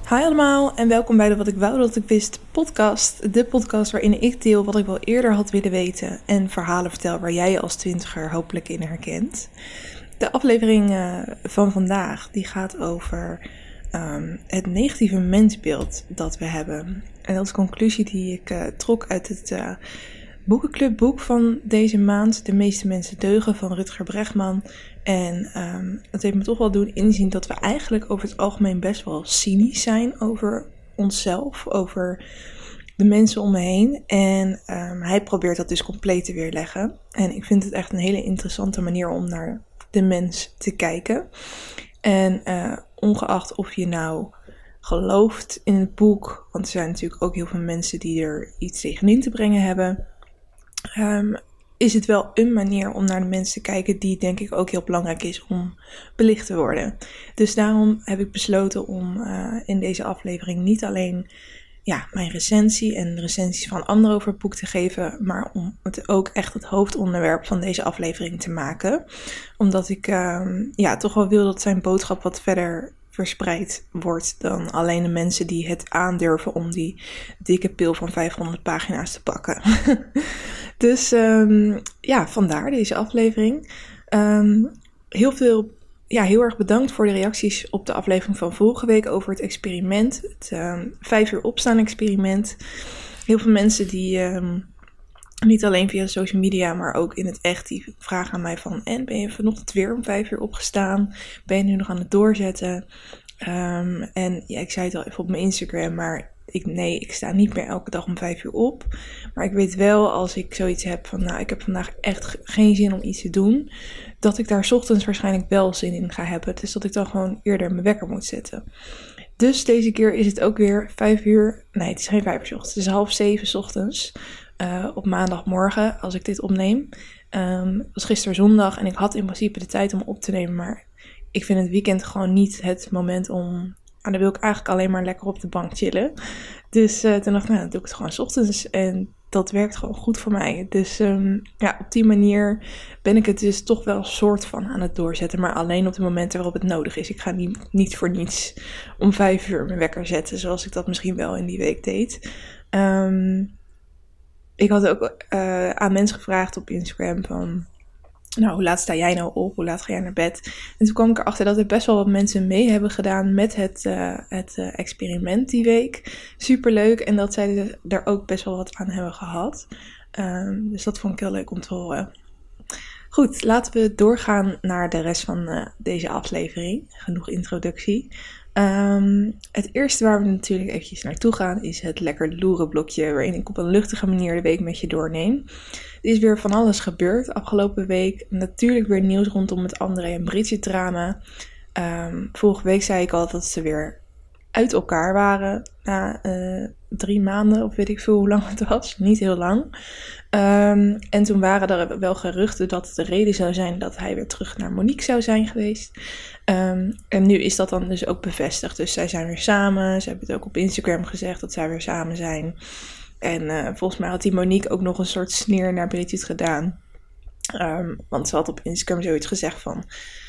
Hi allemaal en welkom bij de Wat ik wou dat ik wist podcast. De podcast waarin ik deel wat ik wel eerder had willen weten en verhalen vertel waar jij je als twintiger hopelijk in herkent. De aflevering van vandaag die gaat over het negatieve mensbeeld dat we hebben. En dat is de conclusie die ik trok uit het boekenclubboek van deze maand. De meeste mensen deugen van Rutger Bregman. En het heeft me toch wel doen inzien dat we eigenlijk over het algemeen best wel cynisch zijn over onszelf, over de mensen om me heen. En hij probeert dat dus compleet te weerleggen. En ik vind het echt een hele interessante manier om naar de mens te kijken. En ongeacht of je nou gelooft in het boek, want er zijn natuurlijk ook heel veel mensen die er iets tegenin te brengen hebben, is het wel een manier om naar de mensen te kijken die denk ik ook heel belangrijk is om belicht te worden. Dus daarom heb ik besloten om in deze aflevering niet alleen mijn recensie en de recensies van anderen over het boek te geven, maar om het ook echt het hoofdonderwerp van deze aflevering te maken. Omdat ik toch wel wil dat zijn boodschap wat verder verspreid wordt dan alleen de mensen die het aandurven om die dikke pil van 500 pagina's te pakken. Dus vandaar deze aflevering. Heel erg bedankt voor de reacties op de aflevering van vorige week over het experiment. Het 5 uur opstaan experiment. Heel veel mensen die niet alleen via social media, maar ook in het echt, die vragen aan mij van: en ben je vanochtend weer om 5 uur opgestaan? Ben je nu nog aan het doorzetten? Ik zei het al even op mijn Instagram, maar ik sta niet meer elke dag om 5 uur op. Maar ik weet wel, als ik zoiets heb van, ik heb vandaag echt geen zin om iets te doen, dat ik daar 's ochtends waarschijnlijk wel zin in ga hebben. Dus dat ik dan gewoon eerder mijn wekker moet zetten. Dus deze keer is het ook weer 5 uur. Nee, het is geen 5 uur 's ochtends. Het is 6:30 's ochtends. Op maandagmorgen, als ik dit opneem. Het was gisteren zondag en ik had in principe de tijd om op te nemen, maar ik vind het weekend gewoon niet het moment om. Dan wil ik eigenlijk alleen maar lekker op de bank chillen. Dus toen dacht ik, dan doe ik het gewoon 's ochtends. En dat werkt gewoon goed voor mij. Dus op die manier ben ik het dus toch wel een soort van aan het doorzetten. Maar alleen op de momenten waarop het nodig is. Ik ga niet voor niets om 5 uur mijn wekker zetten, zoals ik dat misschien wel in die week deed. Ik had ook aan mensen gevraagd op Instagram van, hoe laat sta jij nou op? Hoe laat ga jij naar bed? En toen kwam ik erachter dat er best wel wat mensen mee hebben gedaan met het experiment die week. Superleuk. En dat zij er ook best wel wat aan hebben gehad. Dus dat vond ik heel leuk om te horen. Goed, laten we doorgaan naar de rest van deze aflevering. Genoeg introductie. Het eerste waar we natuurlijk eventjes naartoe gaan is het lekker loeren blokje, waarin ik op een luchtige manier de week met je doorneem. Er is weer van alles gebeurd afgelopen week. Natuurlijk weer nieuws rondom het André en Bridget drama. Vorige week zei ik al dat ze weer uit elkaar waren na 3 maanden of weet ik veel hoe lang het was. Niet heel lang. En toen waren er wel geruchten dat het de reden zou zijn dat hij weer terug naar Monique zou zijn geweest. En nu is dat dan dus ook bevestigd. Dus zij zijn weer samen. Ze hebben het ook op Instagram gezegd dat zij weer samen zijn. En volgens mij had die Monique ook nog een soort sneer naar Bridget gedaan. Want ze had op Instagram zoiets gezegd van,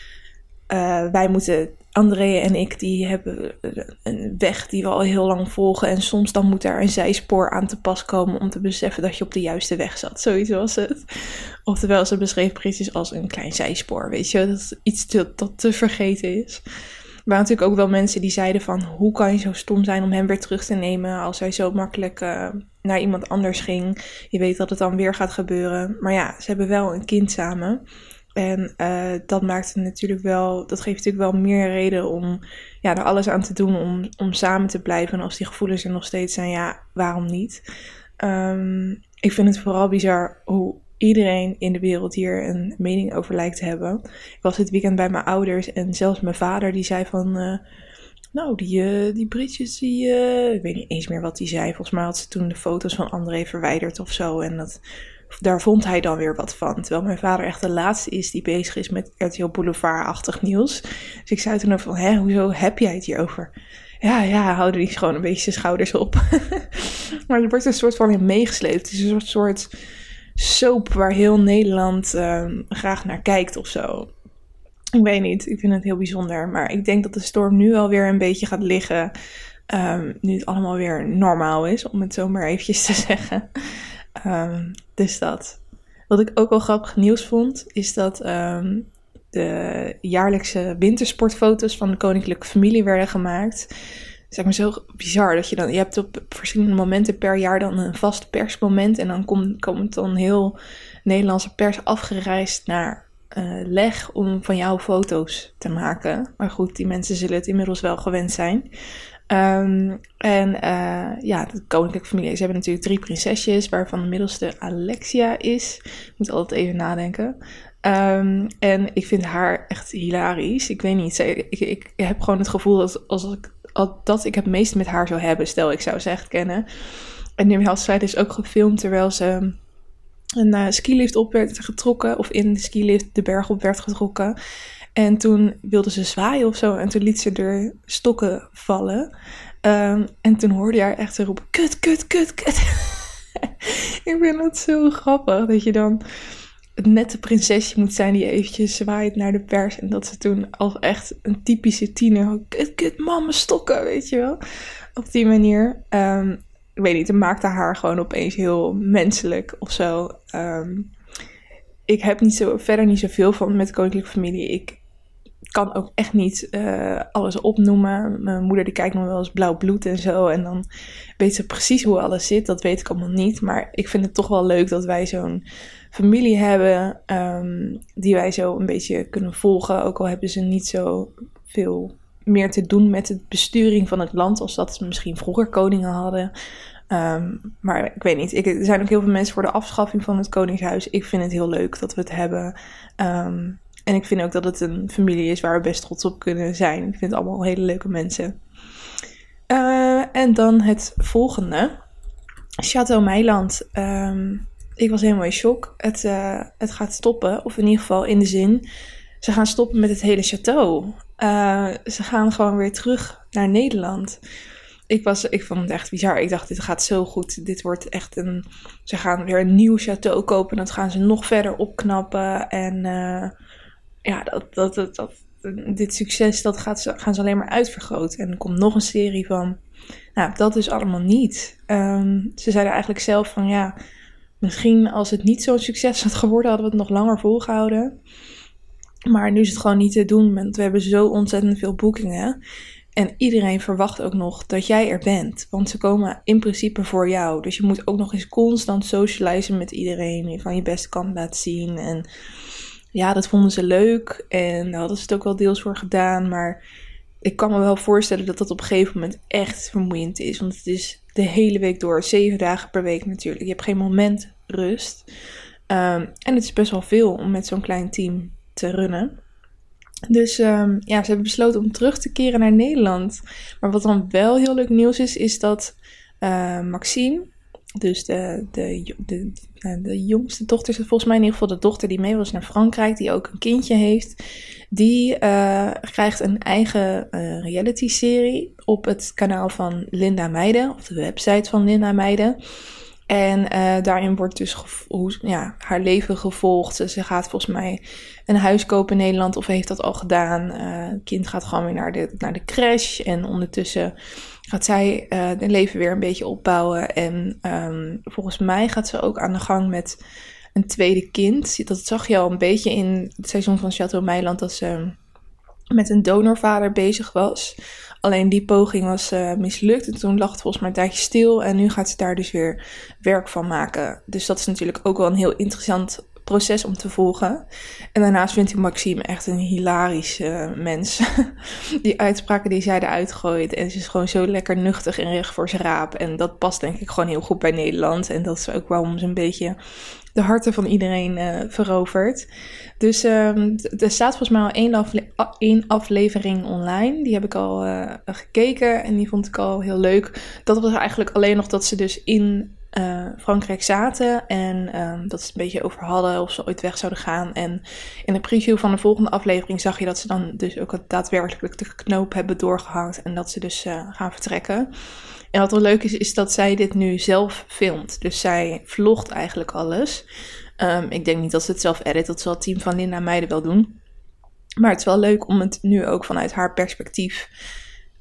wij moeten, André en ik, die hebben een weg die we al heel lang volgen. En soms dan moet daar een zijspoor aan te pas komen om te beseffen dat je op de juiste weg zat. Zoiets was het. Oftewel, ze beschreef Bridget als een klein zijspoor, weet je. Dat is iets dat te vergeten is. Er waren natuurlijk ook wel mensen die zeiden van, hoe kan je zo stom zijn om hem weer terug te nemen als hij zo makkelijk naar iemand anders ging. Je weet dat het dan weer gaat gebeuren. Maar ja, ze hebben wel een kind samen. En dat maakt het natuurlijk wel, dat geeft natuurlijk wel meer reden om er alles aan te doen om samen te blijven. En als die gevoelens er nog steeds zijn, waarom niet? Ik vind het vooral bizar hoe iedereen in de wereld hier een mening over lijkt te hebben. Ik was dit weekend bij mijn ouders en zelfs mijn vader die zei van, die Bridget, ik weet niet eens meer wat die zei. Volgens mij had ze toen de foto's van André verwijderd of zo. En daar vond hij dan weer wat van. Terwijl mijn vader echt de laatste is die bezig is met RTL Boulevard-achtig nieuws. Dus ik zei toen ook van, hoezo heb jij het hierover? Ja, houden die gewoon een beetje zijn schouders op. Maar er wordt een soort van in meegesleept. Het is een soort soap waar heel Nederland graag naar kijkt of zo. Ik weet niet, ik vind het heel bijzonder. Maar ik denk dat de storm nu alweer een beetje gaat liggen. Nu het allemaal weer normaal is, om het zo maar eventjes te zeggen. Dus dat. Wat ik ook wel grappig nieuws vond, is dat de jaarlijkse wintersportfoto's van de koninklijke familie werden gemaakt. Het is maar zo bizar dat je hebt op verschillende momenten per jaar dan een vast persmoment. En dan komt dan heel Nederlandse pers afgereisd naar Leg om van jou foto's te maken. Maar goed, die mensen zullen het inmiddels wel gewend zijn. De koninklijke familie, ze hebben natuurlijk 3 prinsesjes, waarvan de middelste Alexia is. Ik moet altijd even nadenken. En ik vind haar echt hilarisch. Ik weet niet, ik heb gewoon het gevoel dat ik het meest met haar zou hebben, stel ik zou ze echt kennen. En nu had zij dus ook gefilmd terwijl ze een skilift op werd getrokken, of in de skilift de berg op werd getrokken. En toen wilde ze zwaaien of zo. En toen liet ze er stokken vallen. En toen hoorde je haar echt roepen: kut, kut, kut, kut. Ik vind dat zo grappig. Dat je dan het nette prinsesje moet zijn die eventjes zwaait naar de pers. En dat ze toen als echt een typische tiener: kut, kut, mama, stokken, weet je wel. Op die manier. Ik weet niet, het maakte haar gewoon opeens heel menselijk of zo. Ik heb verder niet zoveel van met de koninklijke familie. Ik kan ook echt niet alles opnoemen. Mijn moeder die kijkt nog wel eens Blauw Bloed en zo. En dan weet ze precies hoe alles zit. Dat weet ik allemaal niet. Maar ik vind het toch wel leuk dat wij zo'n familie hebben. Die wij zo een beetje kunnen volgen. Ook al hebben ze niet zo veel meer te doen met de besturing van het land. Als dat ze misschien vroeger koningen hadden. Maar ik weet niet. Er zijn ook heel veel mensen voor de afschaffing van het koningshuis. Ik vind het heel leuk dat we het hebben. En ik vind ook dat het een familie is waar we best trots op kunnen zijn. Ik vind het allemaal hele leuke mensen. En dan het volgende. Château Meiland. Ik was helemaal in shock. Het gaat stoppen. Of in ieder geval in de zin. Ze gaan stoppen met het hele château. Ze gaan gewoon weer terug naar Nederland. Ik vond het echt bizar. Ik dacht, dit gaat zo goed. Dit wordt echt ze gaan weer een nieuw château kopen. Dat gaan ze nog verder opknappen. En dit succes, gaan ze alleen maar uitvergroten. En er komt nog een serie van. Nou, dat is allemaal niet. Ze zeiden eigenlijk zelf van misschien als het niet zo'n succes had geworden, hadden we het nog langer volgehouden. Maar nu is het gewoon niet te doen. Want we hebben zo ontzettend veel boekingen. En iedereen verwacht ook nog dat jij er bent. Want ze komen in principe voor jou. Dus je moet ook nog eens constant socializen met iedereen. Van je beste kant laten zien. En ja, dat vonden ze leuk. En daar hadden ze het ook wel deels voor gedaan. Maar ik kan me wel voorstellen dat dat op een gegeven moment echt vermoeiend is. Want het is de hele week door. 7 dagen per week natuurlijk. Je hebt geen moment rust. En het is best wel veel om met zo'n klein team te runnen. Dus ze hebben besloten om terug te keren naar Nederland. Maar wat dan wel heel leuk nieuws is dat Maxime, dus de jongste dochter, volgens mij in ieder geval de dochter die mee was naar Frankrijk, die ook een kindje heeft, die krijgt een eigen reality-serie op het kanaal van Linda Meijden, of de website van Linda Meijden. En daarin wordt dus haar leven gevolgd. Ze gaat volgens mij een huis kopen in Nederland, of heeft dat al gedaan. Het kind gaat gewoon weer naar de crash. En ondertussen gaat zij het leven weer een beetje opbouwen. En volgens mij gaat ze ook aan de gang met een tweede kind. Dat zag je al een beetje in het seizoen van Château Meiland, dat ze met een donorvader bezig was. Alleen die poging was mislukt. En toen lag het volgens mij een tijdje stil. En nu gaat ze daar dus weer werk van maken. Dus dat is natuurlijk ook wel een heel interessant proces om te volgen. En daarnaast vindt hij Maxime echt een hilarische mens. Die uitspraken die zij eruit gooit. En ze is gewoon zo lekker nuchtig en recht voor zijn raap. En dat past denk ik gewoon heel goed bij Nederland. En dat is ook waarom ze een beetje de harten van iedereen verovert. Dus er staat volgens mij al 1 aflevering online. Die heb ik al gekeken en die vond ik al heel leuk. Dat was eigenlijk alleen nog dat ze dus in Frankrijk zaten. En dat ze het een beetje over hadden of ze ooit weg zouden gaan. En in de preview van de volgende aflevering zag je dat ze dan dus ook daadwerkelijk de knoop hebben doorgehakt. En dat ze dus gaan vertrekken. En wat wel leuk is dat zij dit nu zelf filmt. Dus zij vlogt eigenlijk alles. Ik denk niet dat ze het zelf edit. Dat zal het team van Linda Meijden wel doen. Maar het is wel leuk om het nu ook vanuit haar perspectief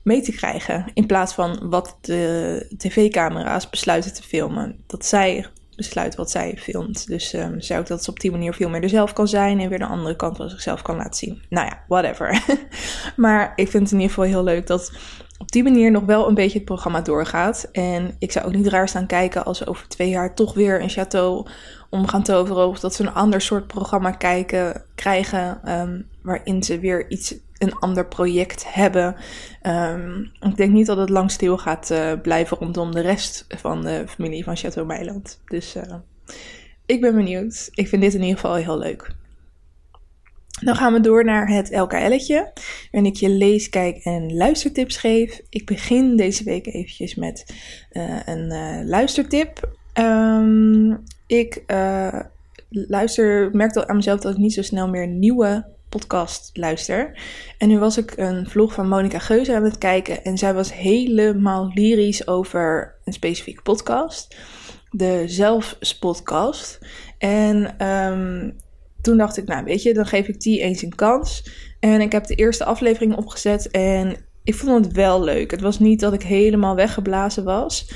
mee te krijgen. In plaats van wat de tv-camera's besluiten te filmen. Dat zij besluit wat zij filmt. Dus zou ik dat ze op die manier veel meer er zelf kan zijn en weer de andere kant van zichzelf kan laten zien. Nou ja, whatever. Maar ik vind het in ieder geval heel leuk dat op die manier nog wel een beetje het programma doorgaat. En ik zou ook niet raar staan kijken als ze over 2 jaar toch weer een château om gaan toveren. Of dat ze een ander soort programma krijgen waarin ze weer een ander project hebben. Ik denk niet dat het lang stil gaat blijven rondom de rest van de familie van Château Meiland. Dus ik ben benieuwd. Ik vind dit in ieder geval heel leuk. Dan gaan we door naar het LKL'tje, waarin ik je lees-, kijk- en luistertips geef. Ik begin deze week eventjes met een luistertip. Ik merkte al aan mezelf dat ik niet zo snel meer nieuwe podcast luister. En nu was ik een vlog van Monica Geuze aan het kijken en zij was helemaal lyrisch over een specifieke podcast. De Zelfspodcast. En toen dacht ik, nou weet je, dan geef ik die eens een kans. En ik heb de eerste aflevering opgezet en ik vond het wel leuk. Het was niet dat ik helemaal weggeblazen was.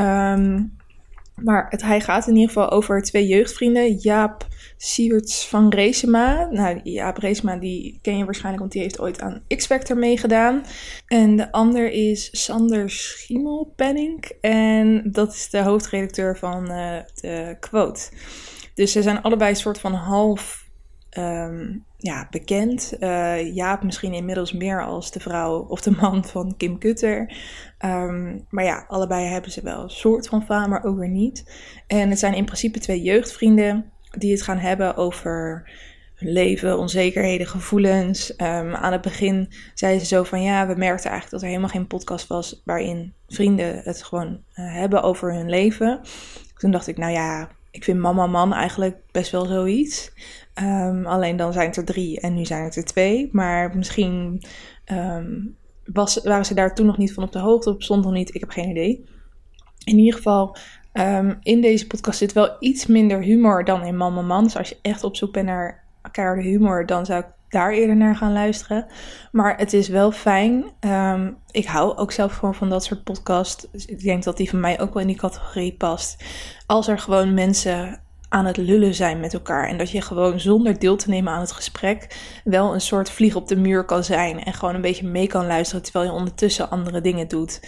Maar hij gaat in ieder geval over 2 jeugdvrienden. Jaap Sieverts van Reesema. Nou, Jaap Reesema, die ken je waarschijnlijk, want die heeft ooit aan X-Factor meegedaan. En de ander is Sander Schimmelpenninck. En dat is de hoofdredacteur van de Quote. Dus ze zijn allebei een soort van half bekend. Jaap misschien inmiddels meer als de vrouw of de man van Kim Kutter. Maar ja, allebei hebben ze wel een soort van faam, maar ook weer niet. En het zijn in principe 2 jeugdvrienden die het gaan hebben over hun leven, onzekerheden, gevoelens. Aan het begin zeiden ze zo van ja, we merkten eigenlijk dat er helemaal geen podcast was waarin vrienden het gewoon hebben over hun leven. Toen dacht ik, nou ja, ik vind Mama Man eigenlijk best wel zoiets. Alleen dan zijn het er 3 en nu zijn het er 2. Maar misschien waren ze daar toen nog niet van op de hoogte. Of stond nog niet, ik heb geen idee. In ieder geval, in deze podcast zit wel iets minder humor dan in Mama Man. Dus als je echt op zoek bent naar keiharde humor, dan zou ik daar eerder naar gaan luisteren. Maar het is wel fijn. Ik hou ook zelf gewoon van dat soort podcast. Dus ik denk dat die van mij ook wel in die categorie past. Als er gewoon mensen aan het lullen zijn met elkaar. En dat je gewoon zonder deel te nemen aan het gesprek wel een soort vlieg op de muur kan zijn. En gewoon een beetje mee kan luisteren terwijl je ondertussen andere dingen doet.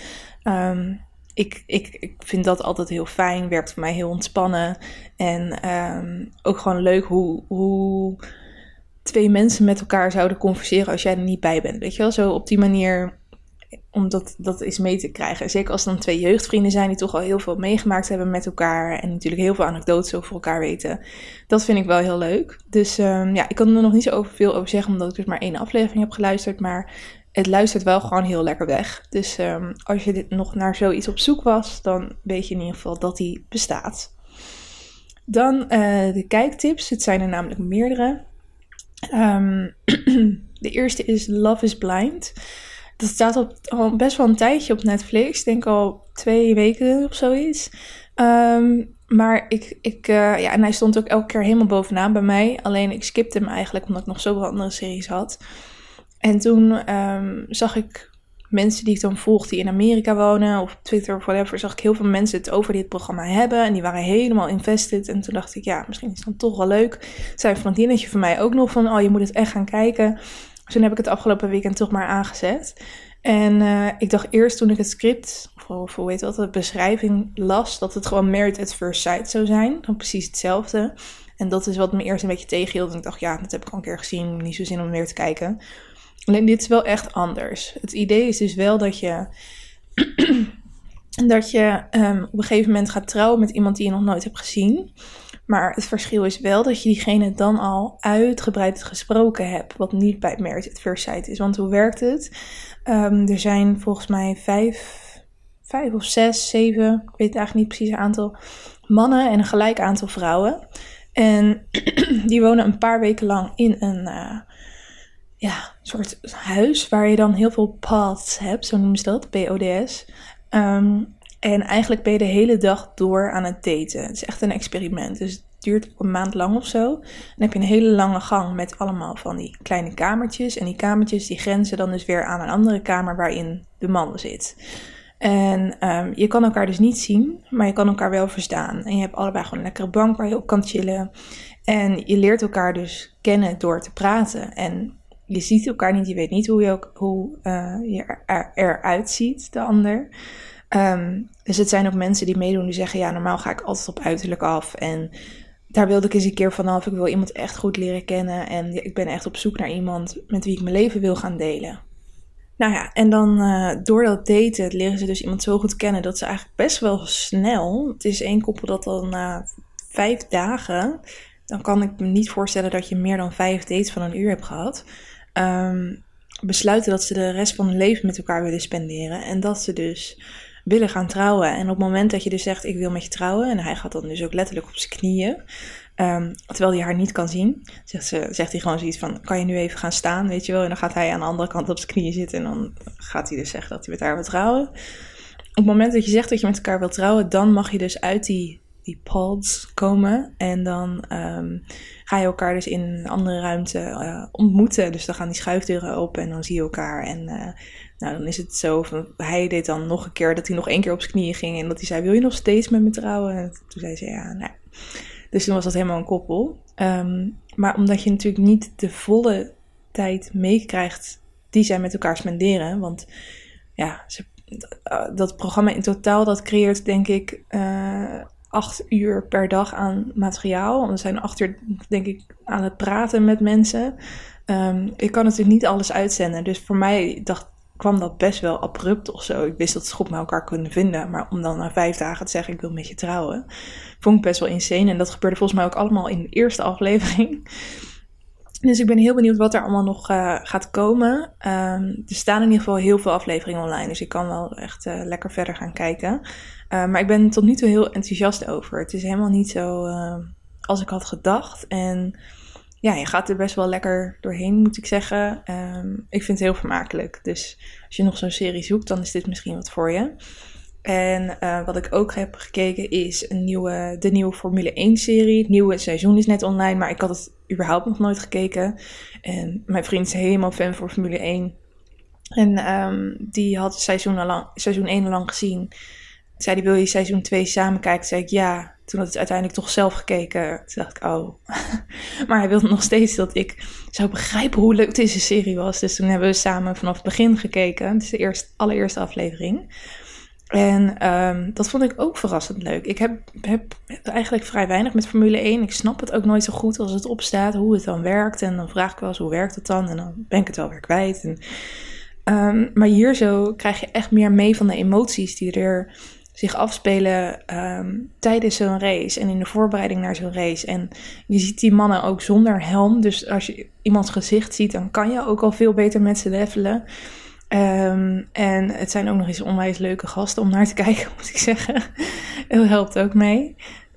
Ik vind dat altijd heel fijn. Werkt voor mij heel ontspannen. En ook gewoon leuk hoe 2 mensen met elkaar zouden converseren als jij er niet bij bent. Weet je wel, zo op die manier om dat eens mee te krijgen. Zeker als het dan 2 jeugdvrienden zijn die toch al heel veel meegemaakt hebben met elkaar. En natuurlijk heel veel anekdotes over elkaar weten. Dat vind ik wel heel leuk. Dus ik kan er nog niet zo veel over zeggen, omdat ik dus maar 1 aflevering heb geluisterd. Maar het luistert wel gewoon heel lekker weg. Dus als je nog naar zoiets op zoek was, dan weet je in ieder geval dat die bestaat. Dan de kijktips. Het zijn er namelijk meerdere. De eerste is Love is Blind. Dat staat al best wel een tijdje op Netflix. Ik denk al 2 weken of zoiets. Maar en hij stond ook elke keer helemaal bovenaan bij mij. Alleen ik skipte hem eigenlijk omdat ik nog zoveel andere series had. En toen zag ik mensen die ik dan volg die in Amerika wonen of op Twitter of whatever, zag ik heel veel mensen het over dit programma hebben en die waren helemaal invested. En toen dacht ik, ja, misschien is het dan toch wel leuk. Zei een vriendinnetje van mij ook nog van, je moet het echt gaan kijken. Dus toen heb ik het afgelopen weekend toch maar aangezet. En ik dacht eerst toen ik het script, of hoe heet dat, de beschrijving las, dat het gewoon Married at First Sight zou zijn. Dan precies hetzelfde. En dat is wat me eerst een beetje tegenhield. En ik dacht, ja, dat heb ik al een keer gezien, niet zo zin om meer te kijken. Alleen dit is wel echt anders. Het idee is dus wel dat je op een gegeven moment gaat trouwen met iemand die je nog nooit hebt gezien. Maar het verschil is wel dat je diegene dan al uitgebreid gesproken hebt. Wat niet bij Married at First Sight is. Want hoe werkt het? Er zijn volgens mij 5 of 6, 7, ik weet eigenlijk niet precies het aantal mannen en een gelijk aantal vrouwen. En die wonen een paar weken lang in een soort huis waar je dan heel veel pods hebt, zo noemen ze dat, PODS. En eigenlijk ben je de hele dag door aan het daten. Het is echt een experiment. Dus duurt ook een maand lang of zo. Dan heb je een hele lange gang met allemaal van die kleine kamertjes. En die kamertjes die grenzen dan dus weer aan een andere kamer waarin de man zit. En je kan elkaar dus niet zien, maar je kan elkaar wel verstaan. En je hebt allebei gewoon een lekkere bank waar je op kan chillen. En je leert elkaar dus kennen door te praten. En je ziet elkaar niet, je weet niet hoe je eruit ziet, de ander. Dus het zijn ook mensen die meedoen die zeggen, ja, normaal ga ik altijd op uiterlijk af. En daar wilde ik eens een keer vanaf. Ik wil iemand echt goed leren kennen. En ik ben echt op zoek naar iemand met wie ik mijn leven wil gaan delen. Nou ja, en dan door dat daten leren ze dus iemand zo goed kennen dat ze eigenlijk best wel snel... Het is één koppel dat dan na 5 dagen... Dan kan ik me niet voorstellen dat je meer dan 5 dates van een uur hebt gehad. Besluiten dat ze de rest van hun leven met elkaar willen spenderen. En dat ze dus willen gaan trouwen. En op het moment dat je dus zegt, ik wil met je trouwen. En hij gaat dan dus ook letterlijk op zijn knieën. Terwijl hij haar niet kan zien. Zegt hij gewoon zoiets van, kan je nu even gaan staan, weet je wel. En dan gaat hij aan de andere kant op zijn knieën zitten. En dan gaat hij dus zeggen dat hij met haar wil trouwen. Op het moment dat je zegt dat je met elkaar wil trouwen, dan mag je dus uit die pods komen. En dan ga je elkaar dus in een andere ruimte ontmoeten. Dus dan gaan die schuifdeuren open en dan zie je elkaar. En dan is het zo van, hij deed dan nog een keer dat hij nog 1 keer op zijn knieën ging. En dat hij zei, wil je nog steeds met me trouwen? En toen zei ze, ja, nee. Dus toen was dat helemaal een koppel. Maar omdat je natuurlijk niet de volle tijd meekrijgt die zij met elkaar spenderen. Want ja, dat programma in totaal, dat creëert denk ik 8 uur per dag aan materiaal. We zijn 8 uur denk ik aan het praten met mensen. Ik kan natuurlijk niet alles uitzenden. Dus voor mij kwam dat best wel abrupt of zo. Ik wist dat ze goed met elkaar kunnen vinden. Maar om dan na 5 dagen te zeggen, ik wil met je trouwen, vond ik best wel insane. En dat gebeurde volgens mij ook allemaal in de eerste aflevering. Dus ik ben heel benieuwd wat er allemaal nog gaat komen. Er staan in ieder geval heel veel afleveringen online. Dus ik kan wel echt lekker verder gaan kijken. Maar ik ben tot nu toe heel enthousiast over. Het is helemaal niet zo als ik had gedacht. En ja, je gaat er best wel lekker doorheen, moet ik zeggen. Ik vind het heel vermakelijk. Dus als je nog zo'n serie zoekt, dan is dit misschien wat voor je. En wat ik ook heb gekeken is de nieuwe Formule 1 serie. Het nieuwe seizoen is net online, maar ik had het überhaupt nog nooit gekeken. En mijn vriend is helemaal fan voor Formule 1. En die had seizoen 1 al lang gezien. Zei die, wil je seizoen 2 samen kijken? Toen zei ik ja. Toen had ik uiteindelijk toch zelf gekeken. Toen dacht ik, oh. Maar hij wilde nog steeds dat ik zou begrijpen hoe leuk deze serie was. Dus toen hebben we samen vanaf het begin gekeken. Het is de allereerste aflevering. En dat vond ik ook verrassend leuk. Ik heb eigenlijk vrij weinig met Formule 1. Ik snap het ook nooit zo goed als het opstaat, hoe het dan werkt. En dan vraag ik wel eens, hoe werkt het dan? En dan ben ik het wel weer kwijt. Maar hier zo krijg je echt meer mee van de emoties die er zich afspelen tijdens zo'n race. En in de voorbereiding naar zo'n race. En je ziet die mannen ook zonder helm. Dus als je iemands gezicht ziet, dan kan je ook al veel beter met ze levelen. En het zijn ook nog eens onwijs leuke gasten om naar te kijken, moet ik zeggen. Dat helpt ook mee.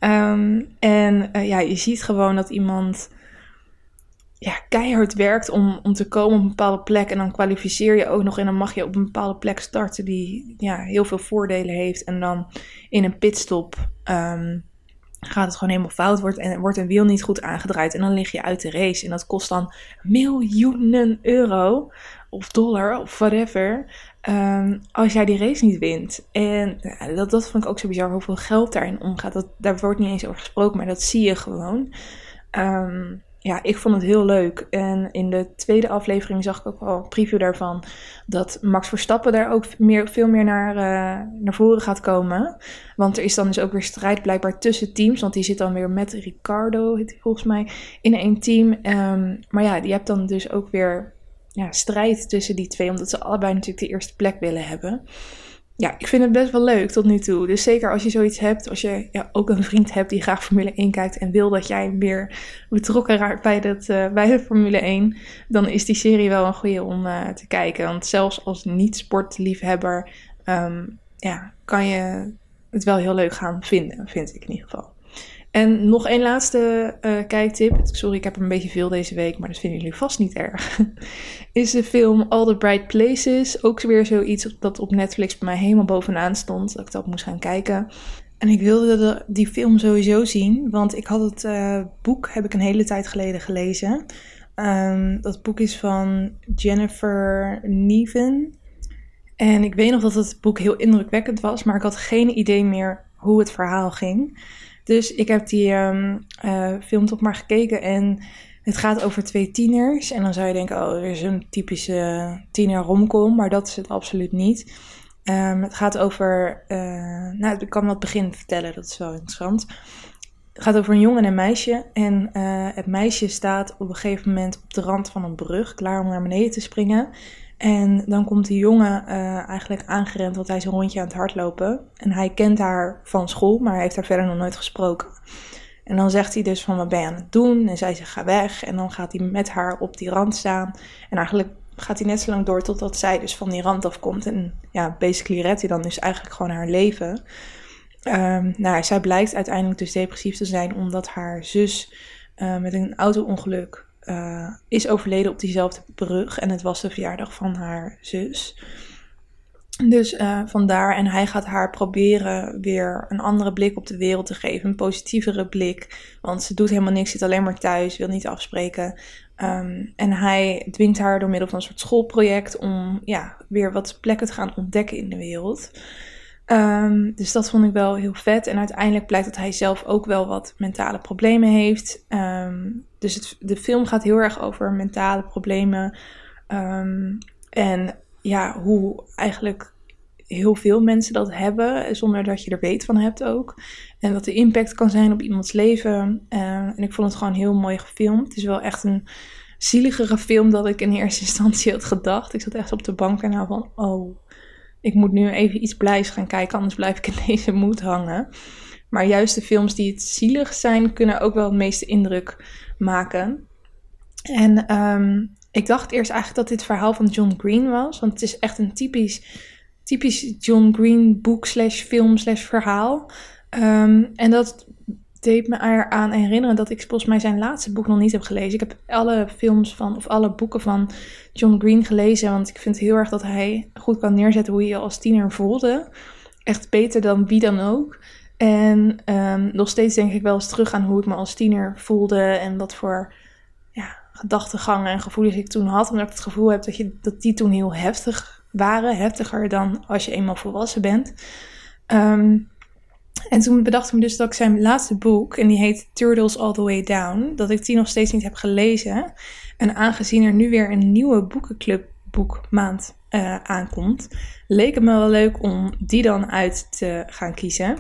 Je ziet gewoon dat iemand keihard werkt om te komen op een bepaalde plek. En dan kwalificeer je ook nog en dan mag je op een bepaalde plek starten die heel veel voordelen heeft. En dan in een pitstop gaat het gewoon helemaal fout. Wordt een wiel niet goed aangedraaid en dan lig je uit de race. En dat kost dan miljoenen euro of dollar of whatever, als jij die race niet wint. En dat vond ik ook zo bizar, hoeveel geld daarin omgaat. Daar wordt niet eens over gesproken, maar dat zie je gewoon. Ik vond het heel leuk. En in de tweede aflevering zag ik ook al een preview daarvan, dat Max Verstappen daar ook veel meer naar voren gaat komen. Want er is dan dus ook weer strijd blijkbaar tussen teams. Want die zit dan weer met Ricciardo, heet hij volgens mij, in één team. Je hebt dan dus ook weer strijd tussen die twee, omdat ze allebei natuurlijk de eerste plek willen hebben. Ja, ik vind het best wel leuk tot nu toe. Dus zeker als je zoiets hebt, als je ook een vriend hebt die graag Formule 1 kijkt en wil dat jij meer betrokken raakt bij de Formule 1, dan is die serie wel een goeie om te kijken. Want zelfs als niet-sportliefhebber kan je het wel heel leuk gaan vinden, vind ik in ieder geval. En nog één laatste kijktip. Sorry, ik heb er een beetje veel deze week, maar dat vinden jullie vast niet erg. Is de film All the Bright Places. Ook weer zoiets dat op Netflix bij mij helemaal bovenaan stond. Dat ik dat moest gaan kijken. En ik wilde die film sowieso zien, want ik had het boek, heb ik een hele tijd geleden gelezen. Dat boek is van Jennifer Niven. En ik weet nog dat het boek heel indrukwekkend was, maar ik had geen idee meer hoe het verhaal ging. Dus ik heb die film toch maar gekeken en het gaat over 2 tieners. En dan zou je denken, oh, er is een typische tiener romcom, maar dat is het absoluut niet. Het gaat over, ik kan wel het begin vertellen, dat is wel interessant. Het gaat over een jongen en een meisje. En het meisje staat op een gegeven moment op de rand van een brug, klaar om naar beneden te springen. En dan komt de jongen eigenlijk aangerend, want hij is een rondje aan het hardlopen. En hij kent haar van school, maar hij heeft haar verder nog nooit gesproken. En dan zegt hij dus van, wat ben je aan het doen? En zij zegt, ga weg. En dan gaat hij met haar op die rand staan. En eigenlijk gaat hij net zo lang door totdat zij dus van die rand afkomt. En ja, basically redt hij dan dus eigenlijk gewoon haar leven. Zij blijkt uiteindelijk dus depressief te zijn, omdat haar zus met een auto-ongeluk is overleden op diezelfde brug. En het was de verjaardag van haar zus. Dus vandaar, en hij gaat haar proberen weer een andere blik op de wereld te geven. Een positievere blik. Want ze doet helemaal niks, zit alleen maar thuis, wil niet afspreken. En hij dwingt haar door middel van een soort schoolproject om weer wat plekken te gaan ontdekken in de wereld. Dus dat vond ik wel heel vet. En uiteindelijk blijkt dat hij zelf ook wel wat mentale problemen heeft. Dus de film gaat heel erg over mentale problemen. En ja, hoe eigenlijk heel veel mensen dat hebben, zonder dat je er weet van hebt ook. En wat de impact kan zijn op iemands leven. En ik vond het gewoon heel mooi gefilmd. Het is wel echt een zieligere film dan ik in eerste instantie had gedacht. Ik zat echt op de bank en nou van, oh, ik moet nu even iets blijs gaan kijken, anders blijf ik in deze moed hangen. Maar juist de films die het zielig zijn, kunnen ook wel het meeste indruk maken. En ik dacht eerst eigenlijk dat dit verhaal van John Green was. Want het is echt een typisch John Green boek /film /verhaal. En dat deed me eraan herinneren dat ik volgens mij zijn laatste boek nog niet heb gelezen. Ik heb alle boeken van John Green gelezen. Want ik vind heel erg dat hij goed kan neerzetten hoe je je als tiener voelde. Echt beter dan wie dan ook. En nog steeds denk ik wel eens terug aan hoe ik me als tiener voelde. En wat voor gedachtegangen en gevoelens ik toen had. Omdat ik het gevoel heb dat die toen heel heftig waren. Heftiger dan als je eenmaal volwassen bent. En toen bedacht ik me dus dat ik zijn laatste boek, en die heet Turtles All The Way Down, dat ik die nog steeds niet heb gelezen. En aangezien er nu weer een nieuwe boekenclub boekmaand aankomt, leek het me wel leuk om die dan uit te gaan kiezen.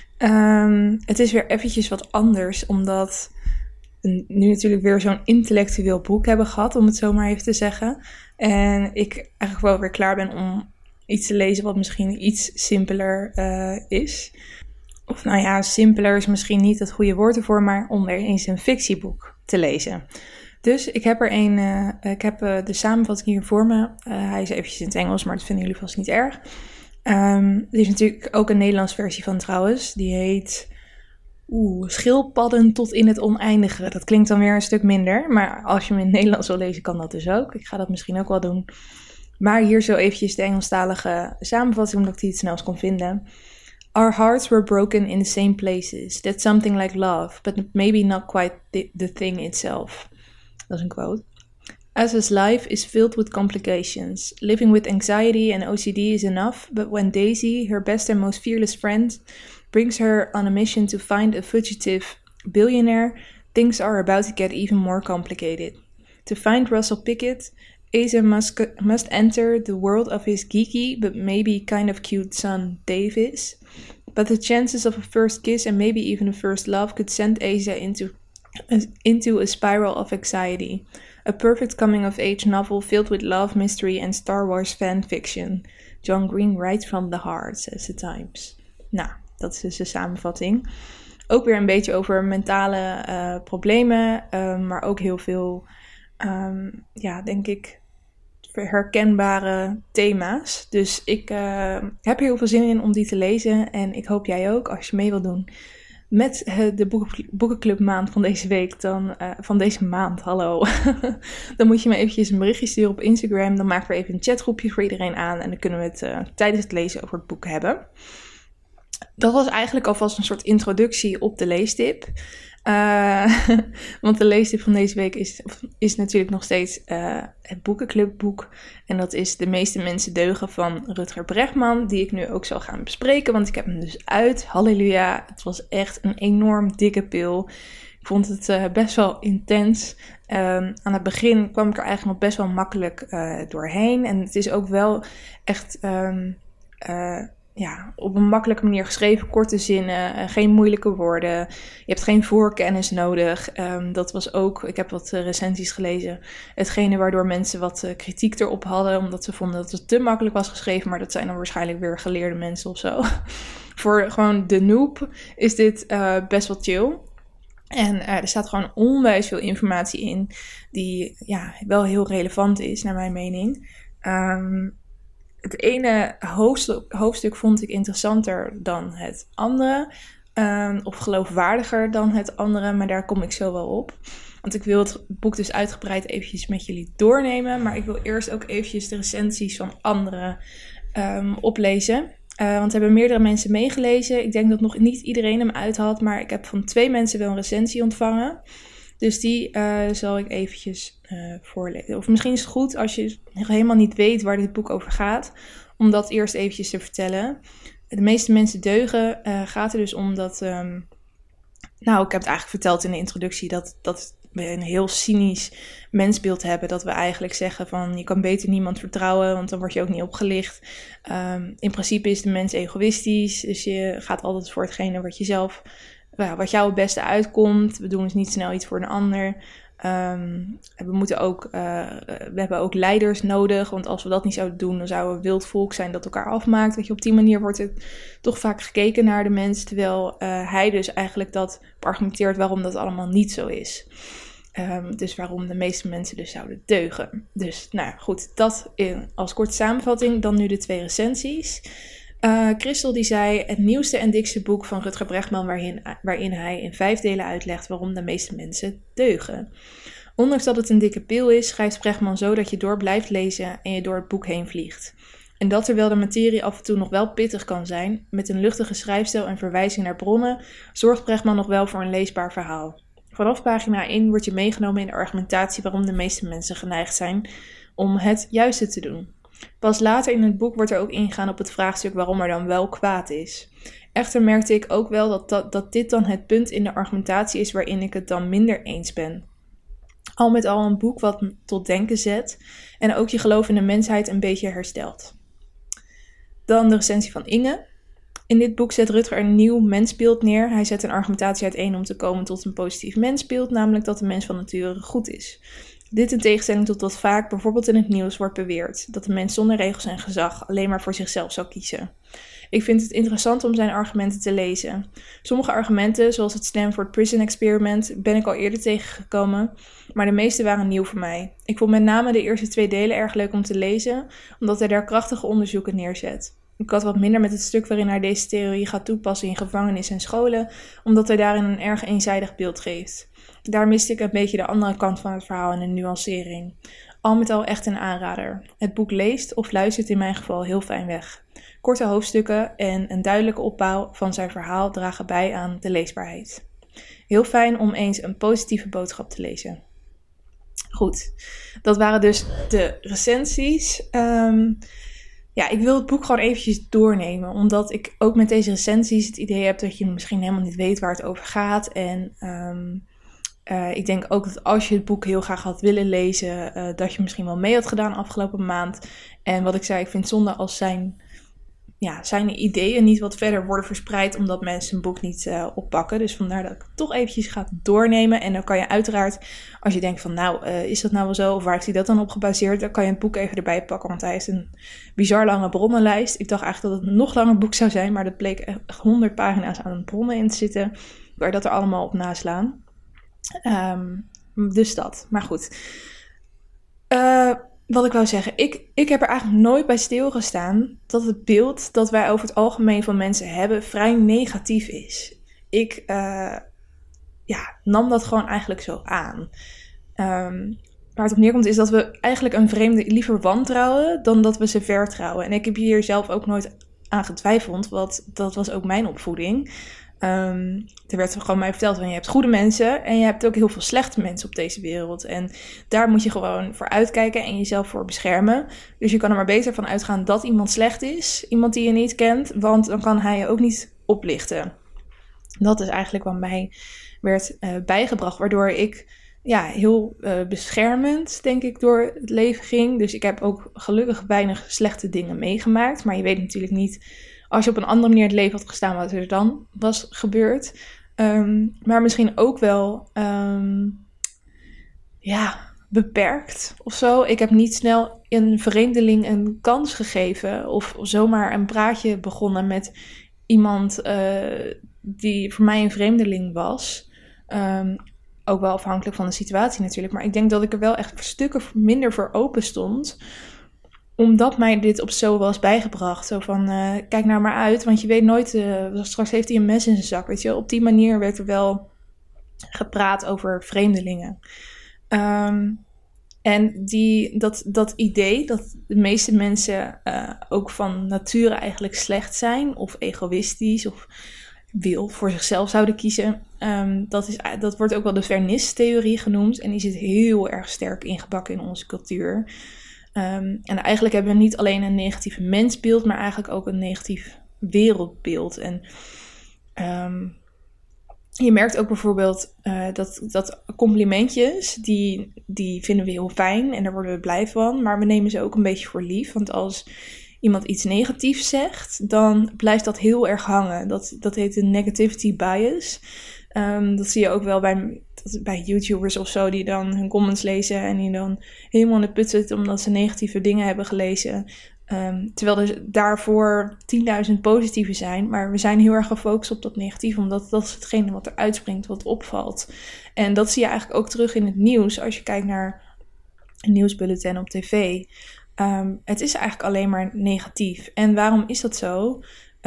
Het is weer eventjes wat anders, omdat we nu natuurlijk weer zo'n intellectueel boek hebben gehad, om het zo maar even te zeggen. En ik eigenlijk wel weer klaar ben om iets te lezen wat misschien iets simpeler is. Of simpeler is misschien niet het goede woord ervoor, maar om weer eens een fictieboek te lezen. Dus ik heb de samenvatting hier voor me. Hij is eventjes in het Engels, maar dat vinden jullie vast niet erg. Er is natuurlijk ook een Nederlandse versie van trouwens. Die heet Schildpadden tot in het oneindige. Dat klinkt dan weer een stuk minder. Maar als je hem in het Nederlands wil lezen, kan dat dus ook. Ik ga dat misschien ook wel doen. Maar hier zo eventjes de Engelstalige samenvatting, omdat ik die het snelst kon vinden. Our hearts were broken in the same places. That's something like love, but maybe not quite the thing itself. Dat is een quote. As his life is filled with complications. Living with anxiety and OCD is enough, but when Daisy, her best and most fearless friend, brings her on a mission to find a fugitive billionaire, things are about to get even more complicated. To find Russell Pickett, Asa must enter the world of his geeky but maybe kind of cute son Davis. But the chances of a first kiss and maybe even a first love could send Asa into a spiral of anxiety. A perfect coming-of-age novel filled with love, mystery and Star Wars fan fiction. John Green writes from the heart, says the Times. Nou, dat is dus de samenvatting. Ook weer een beetje over mentale problemen, maar ook heel veel, denk ik, herkenbare thema's. Dus ik heb er heel veel zin in om die te lezen. En ik hoop jij ook, als je mee wilt doen met de boekenclub maand van deze week, van deze maand, hallo. Dan moet je me eventjes een berichtje sturen op Instagram. Dan maken we even een chatgroepje voor iedereen aan. En dan kunnen we het tijdens het lezen over het boek hebben. dat was eigenlijk alvast een soort introductie op de leestip. Want de leestip van deze week is natuurlijk nog steeds het boekenclubboek. En dat is De meeste mensen deugen van Rutger Bregman. Die ik nu ook zal gaan bespreken. Want ik heb hem dus uit. Halleluja. Het was echt een enorm dikke pil. Ik vond het best wel intens. Aan het begin kwam ik er eigenlijk nog best wel makkelijk doorheen. En het is ook wel echt op een makkelijke manier geschreven. Korte zinnen, geen moeilijke woorden. Je hebt geen voorkennis nodig. Dat was ook, ik heb wat recensies gelezen, hetgene waardoor mensen wat kritiek erop hadden. Omdat ze vonden dat het te makkelijk was geschreven. Maar dat zijn dan waarschijnlijk weer geleerde mensen of zo. Voor gewoon de noob is dit best wel chill. En er staat gewoon onwijs veel informatie in die wel heel relevant is, naar mijn mening. Het ene hoofdstuk vond ik interessanter dan het andere. Of geloofwaardiger dan het andere, maar daar kom ik zo wel op. Want ik wil het boek dus uitgebreid eventjes met jullie doornemen. Maar ik wil eerst ook eventjes de recensies van anderen oplezen. Want er hebben meerdere mensen meegelezen. Ik denk dat nog niet iedereen hem uit had, maar ik heb van 2 mensen wel een recensie ontvangen. Dus die zal ik eventjes voorlezen. Of misschien is het goed als je nog helemaal niet weet waar dit boek over gaat, om dat eerst eventjes te vertellen. De meeste mensen deugen gaat er dus om dat... ik heb het eigenlijk verteld in de introductie dat we een heel cynisch mensbeeld hebben. Dat we eigenlijk zeggen van je kan beter niemand vertrouwen, want dan word je ook niet opgelicht. In principe is de mens egoïstisch, dus je gaat altijd voor hetgene wat jou het beste uitkomt. We doen dus niet snel iets voor een ander. We hebben ook leiders nodig, want als we dat niet zouden doen, dan zouden we wild volk zijn dat elkaar afmaakt. Dat je op die manier wordt het toch vaak gekeken naar de mens, terwijl hij dus eigenlijk dat argumenteert waarom dat allemaal niet zo is. Dus waarom de meeste mensen dus zouden deugen. Dus goed, dat als korte samenvatting. Dan nu de 2 recensies. Christel die zei: het nieuwste en dikste boek van Rutger Bregman waarin hij in 5 delen uitlegt waarom de meeste mensen deugen. Ondanks dat het een dikke pil is, schrijft Bregman zo dat je door blijft lezen en je door het boek heen vliegt. En dat terwijl de materie af en toe nog wel pittig kan zijn, met een luchtige schrijfstijl en verwijzing naar bronnen, zorgt Bregman nog wel voor een leesbaar verhaal. Vanaf pagina 1 word je meegenomen in de argumentatie waarom de meeste mensen geneigd zijn om het juiste te doen. Pas later in het boek wordt er ook ingegaan op het vraagstuk waarom er dan wel kwaad is. Echter merkte ik ook wel dat dit dan het punt in de argumentatie is waarin ik het dan minder eens ben. Al met al een boek wat tot denken zet en ook je geloof in de mensheid een beetje herstelt. Dan de recensie van Inge. In dit boek zet Rutger een nieuw mensbeeld neer. Hij zet een argumentatie uiteen om te komen tot een positief mensbeeld, namelijk dat de mens van nature goed is. Dit in tegenstelling tot wat vaak bijvoorbeeld in het nieuws wordt beweerd, dat de mens zonder regels en gezag alleen maar voor zichzelf zou kiezen. Ik vind het interessant om zijn argumenten te lezen. Sommige argumenten, zoals het Stanford Prison Experiment, ben ik al eerder tegengekomen, maar de meeste waren nieuw voor mij. Ik vond met name de eerste 2 delen erg leuk om te lezen, omdat hij daar krachtige onderzoeken neerzet. Ik had wat minder met het stuk waarin hij deze theorie gaat toepassen in gevangenissen en scholen, omdat hij daarin een erg eenzijdig beeld geeft. Daar miste ik een beetje de andere kant van het verhaal en een nuancering. Al met al echt een aanrader. Het boek leest of luistert in mijn geval heel fijn weg. Korte hoofdstukken en een duidelijke opbouw van zijn verhaal dragen bij aan de leesbaarheid. Heel fijn om eens een positieve boodschap te lezen. Goed, dat waren dus de recensies. Ik wil het boek gewoon eventjes doornemen, omdat ik ook met deze recensies het idee heb dat je misschien helemaal niet weet waar het over gaat. En ik denk ook dat als je het boek heel graag had willen lezen, dat je misschien wel mee had gedaan afgelopen maand. En wat ik zei, ik vind het zonde als zijn ideeën niet wat verder worden verspreid, omdat mensen een boek niet oppakken. Dus vandaar dat ik het toch eventjes ga doornemen. En dan kan je uiteraard, als je denkt van is dat nou wel zo, of waar is hij dat dan op gebaseerd, dan kan je het boek even erbij pakken, want hij heeft een bizar lange bronnenlijst. Ik dacht eigenlijk dat het een nog langer boek zou zijn, maar dat bleek echt 100 pagina's aan bronnen in te zitten, waar dat er allemaal op naslaan. Dus dat, maar goed. Wat ik wou zeggen, ik heb er eigenlijk nooit bij stilgestaan dat het beeld dat wij over het algemeen van mensen hebben vrij negatief is. Ik nam dat gewoon eigenlijk zo aan. Waar het op neerkomt is dat we eigenlijk een vreemde liever wantrouwen dan dat we ze vertrouwen. En ik heb hier zelf ook nooit aan getwijfeld, want dat was ook mijn opvoeding. Er werd gewoon mij verteld van je hebt goede mensen en je hebt ook heel veel slechte mensen op deze wereld. En daar moet je gewoon voor uitkijken en jezelf voor beschermen. Dus je kan er maar beter van uitgaan dat iemand slecht is, iemand die je niet kent, want dan kan hij je ook niet oplichten. Dat is eigenlijk wat mij werd bijgebracht, waardoor ik heel beschermend, denk ik, door het leven ging. Dus ik heb ook gelukkig weinig slechte dingen meegemaakt. Maar je weet natuurlijk niet, als je op een andere manier het leven had gestaan, wat er dan was gebeurd. Maar misschien ook wel beperkt of zo. Ik heb niet snel een vreemdeling een kans gegeven of zomaar een praatje begonnen met iemand die voor mij een vreemdeling was. Ook wel afhankelijk van de situatie natuurlijk. Maar ik denk dat ik er wel echt stukken minder voor open stond. Omdat mij dit op zo was bijgebracht. Zo van, kijk nou maar uit. Want je weet nooit, straks heeft hij een mes in zijn zak. Weet je? Op die manier werd er wel gepraat over vreemdelingen. En dat idee dat de meeste mensen ook van nature eigenlijk slecht zijn. Of egoïstisch of wil voor zichzelf zouden kiezen. Dat wordt ook wel de Vernist-theorie genoemd. En die zit heel erg sterk ingebakken in onze cultuur. En eigenlijk hebben we niet alleen een negatief mensbeeld, maar eigenlijk ook een negatief wereldbeeld. En je merkt ook bijvoorbeeld dat complimentjes, die vinden we heel fijn en daar worden we blij van. Maar we nemen ze ook een beetje voor lief. Want als iemand iets negatiefs zegt, dan blijft dat heel erg hangen. Dat heet een negativity bias. Dat zie je ook wel bij YouTubers of zo, die dan hun comments lezen en die dan helemaal in de put zitten omdat ze negatieve dingen hebben gelezen. Terwijl er daarvoor 10.000 positieve zijn. Maar we zijn heel erg gefocust op dat negatief, omdat dat is hetgene wat er uitspringt, wat opvalt. En dat zie je eigenlijk ook terug in het nieuws. Als je kijkt naar een nieuwsbulletin op tv. Het is eigenlijk alleen maar negatief. En waarom is dat zo?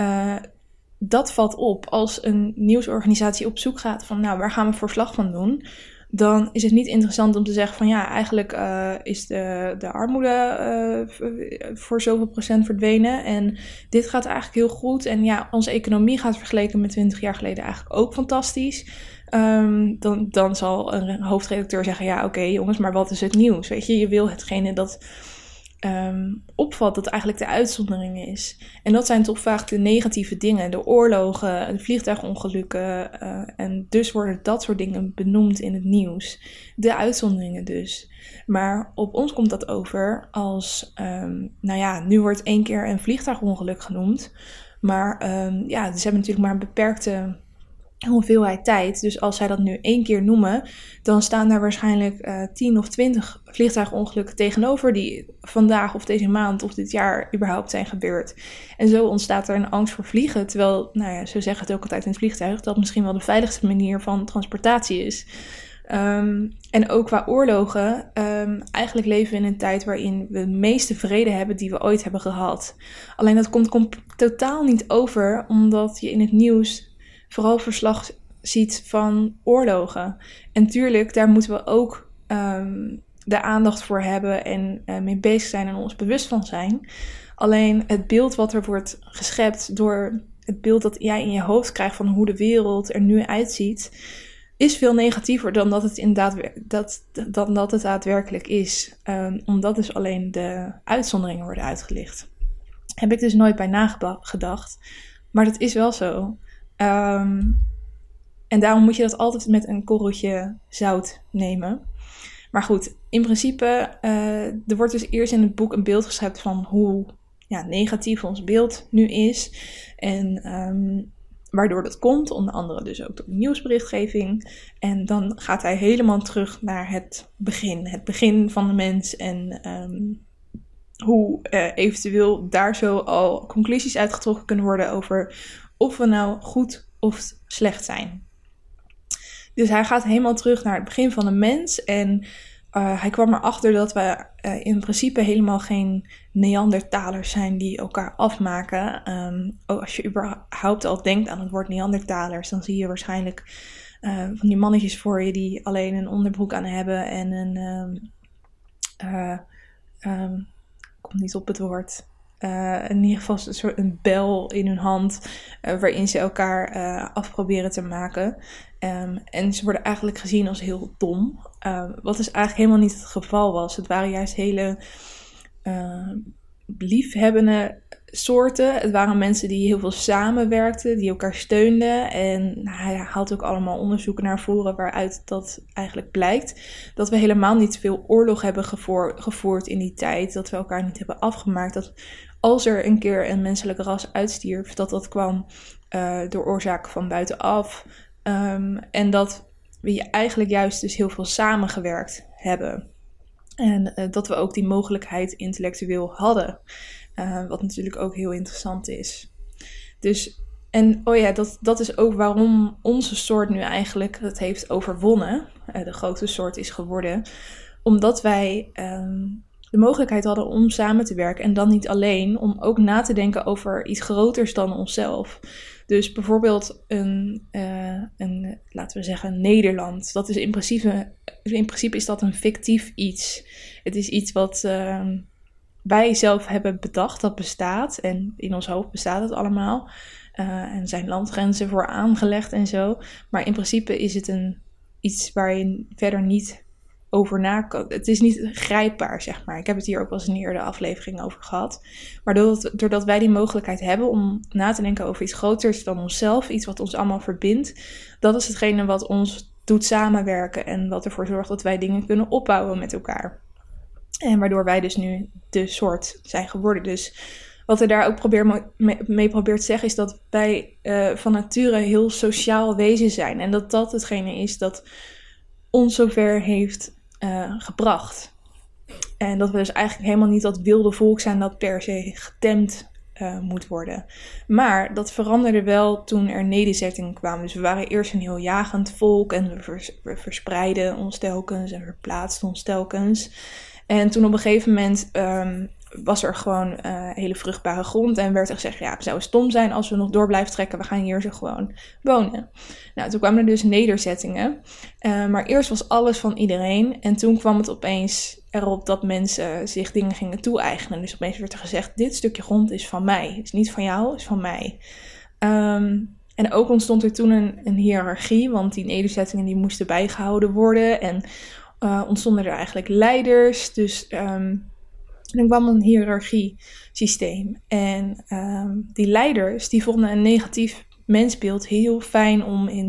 Dat valt op. Als een nieuwsorganisatie op zoek gaat van, nou, waar gaan we verslag van doen? Dan is het niet interessant om te zeggen van, ja, eigenlijk is de armoede voor zoveel procent verdwenen. En dit gaat eigenlijk heel goed. En ja, onze economie gaat vergeleken met 20 jaar geleden eigenlijk ook fantastisch. Dan zal een hoofdredacteur zeggen, ja, oké, jongens, maar wat is het nieuws? Weet je wil hetgene dat opvalt, dat eigenlijk de uitzondering is. En dat zijn toch vaak de negatieve dingen. De oorlogen, de vliegtuigongelukken. En dus worden dat soort dingen benoemd in het nieuws. De uitzonderingen dus. Maar op ons komt dat over als, nu wordt 1 keer een vliegtuigongeluk genoemd. Maar ze hebben natuurlijk maar een beperkte hoeveelheid tijd. Dus als zij dat nu 1 keer noemen, dan staan daar waarschijnlijk 10 of 20 vliegtuigongelukken tegenover die vandaag of deze maand of dit jaar überhaupt zijn gebeurd. En zo ontstaat er een angst voor vliegen. Terwijl, zo zeggen het ook altijd in het vliegtuig, dat misschien wel de veiligste manier van transportatie is. En ook qua oorlogen, eigenlijk leven we in een tijd waarin we de meeste vrede hebben die we ooit hebben gehad. Alleen dat komt totaal niet over, omdat je in het nieuws vooral verslag ziet van oorlogen. En tuurlijk, daar moeten we ook de aandacht voor hebben en mee bezig zijn en ons bewust van zijn. Alleen het beeld wat er wordt geschept door het beeld dat jij in je hoofd krijgt van hoe de wereld er nu uitziet, is veel negatiever dan dat het daadwerkelijk is. Omdat dus alleen de uitzonderingen worden uitgelicht. Heb ik dus nooit bij nagedacht. Maar dat is wel zo. En daarom moet je dat altijd met een korreltje zout nemen. Maar goed, in principe, er wordt dus eerst in het boek een beeld geschept van hoe negatief ons beeld nu is. En waardoor dat komt, onder andere dus ook door nieuwsberichtgeving. En dan gaat hij helemaal terug naar het begin van de mens. En hoe eventueel daar zo al conclusies uitgetrokken kunnen worden over of we nou goed of slecht zijn. Dus hij gaat helemaal terug naar het begin van de mens. En hij kwam erachter dat we in principe helemaal geen Neandertalers zijn die elkaar afmaken. Als je überhaupt al denkt aan het woord Neandertalers, dan zie je waarschijnlijk van die mannetjes voor je die alleen een onderbroek aan hebben en een... ik kom niet op het woord. in ieder geval een soort een bel in hun hand, waarin ze elkaar af proberen te maken. En ze worden eigenlijk gezien als heel dom. Wat dus eigenlijk helemaal niet het geval was. Het waren juist hele liefhebbende soorten. Het waren mensen die heel veel samenwerkten, die elkaar steunden. En hij haalt ook allemaal onderzoeken naar voren waaruit dat eigenlijk blijkt. Dat we helemaal niet veel oorlog hebben gevoerd in die tijd. Dat we elkaar niet hebben afgemaakt. Dat als er een keer een menselijk ras uitstierf, dat kwam door oorzaken van buitenaf. En dat we eigenlijk juist dus heel veel samengewerkt hebben. En dat we ook die mogelijkheid intellectueel hadden. Wat natuurlijk ook heel interessant is. Dus, en dat is ook waarom onze soort nu eigenlijk het heeft overwonnen. De grote soort is geworden. Omdat wij de mogelijkheid hadden om samen te werken. En dan niet alleen, om ook na te denken over iets groters dan onszelf. Dus bijvoorbeeld laten we zeggen, Nederland. Dat is in principe is dat een fictief iets. Het is iets wat wij zelf hebben bedacht, dat bestaat. En in ons hoofd bestaat het allemaal. En er zijn landgrenzen voor aangelegd en zo. Maar in principe is het iets waar je verder niet over na kan. Het is niet grijpbaar, zeg maar. Ik heb het hier ook wel eens in een eerdere aflevering over gehad. Maar doordat wij die mogelijkheid hebben om na te denken over iets groters dan onszelf, iets wat ons allemaal verbindt, dat is hetgene wat ons doet samenwerken en wat ervoor zorgt dat wij dingen kunnen opbouwen met elkaar. En waardoor wij dus nu de soort zijn geworden. Dus wat ik daar ook mee probeert te zeggen is dat wij van nature heel sociaal wezen zijn. En dat hetgene is dat ons zover heeft gebracht. En dat we dus eigenlijk helemaal niet dat wilde volk zijn dat per se getemd moet worden. Maar dat veranderde wel toen er nederzettingen kwamen. Dus we waren eerst een heel jagend volk en we verspreidden ons telkens en verplaatsten ons telkens. En toen op een gegeven moment was er gewoon hele vruchtbare grond en werd er gezegd, ja, we zouden stom zijn als we nog door blijven trekken, we gaan hier zo gewoon wonen. Nou, toen kwamen er dus nederzettingen, maar eerst was alles van iedereen en toen kwam het opeens erop dat mensen zich dingen gingen toe-eigenen. Dus opeens werd er gezegd, dit stukje grond is van mij, het is niet van jou, het is van mij. En ook ontstond er toen een hiërarchie, want die nederzettingen die moesten bijgehouden worden en ontstonden er eigenlijk leiders, dus dan kwam een hiërarchiesysteem. En die leiders, die vonden een negatief mensbeeld heel fijn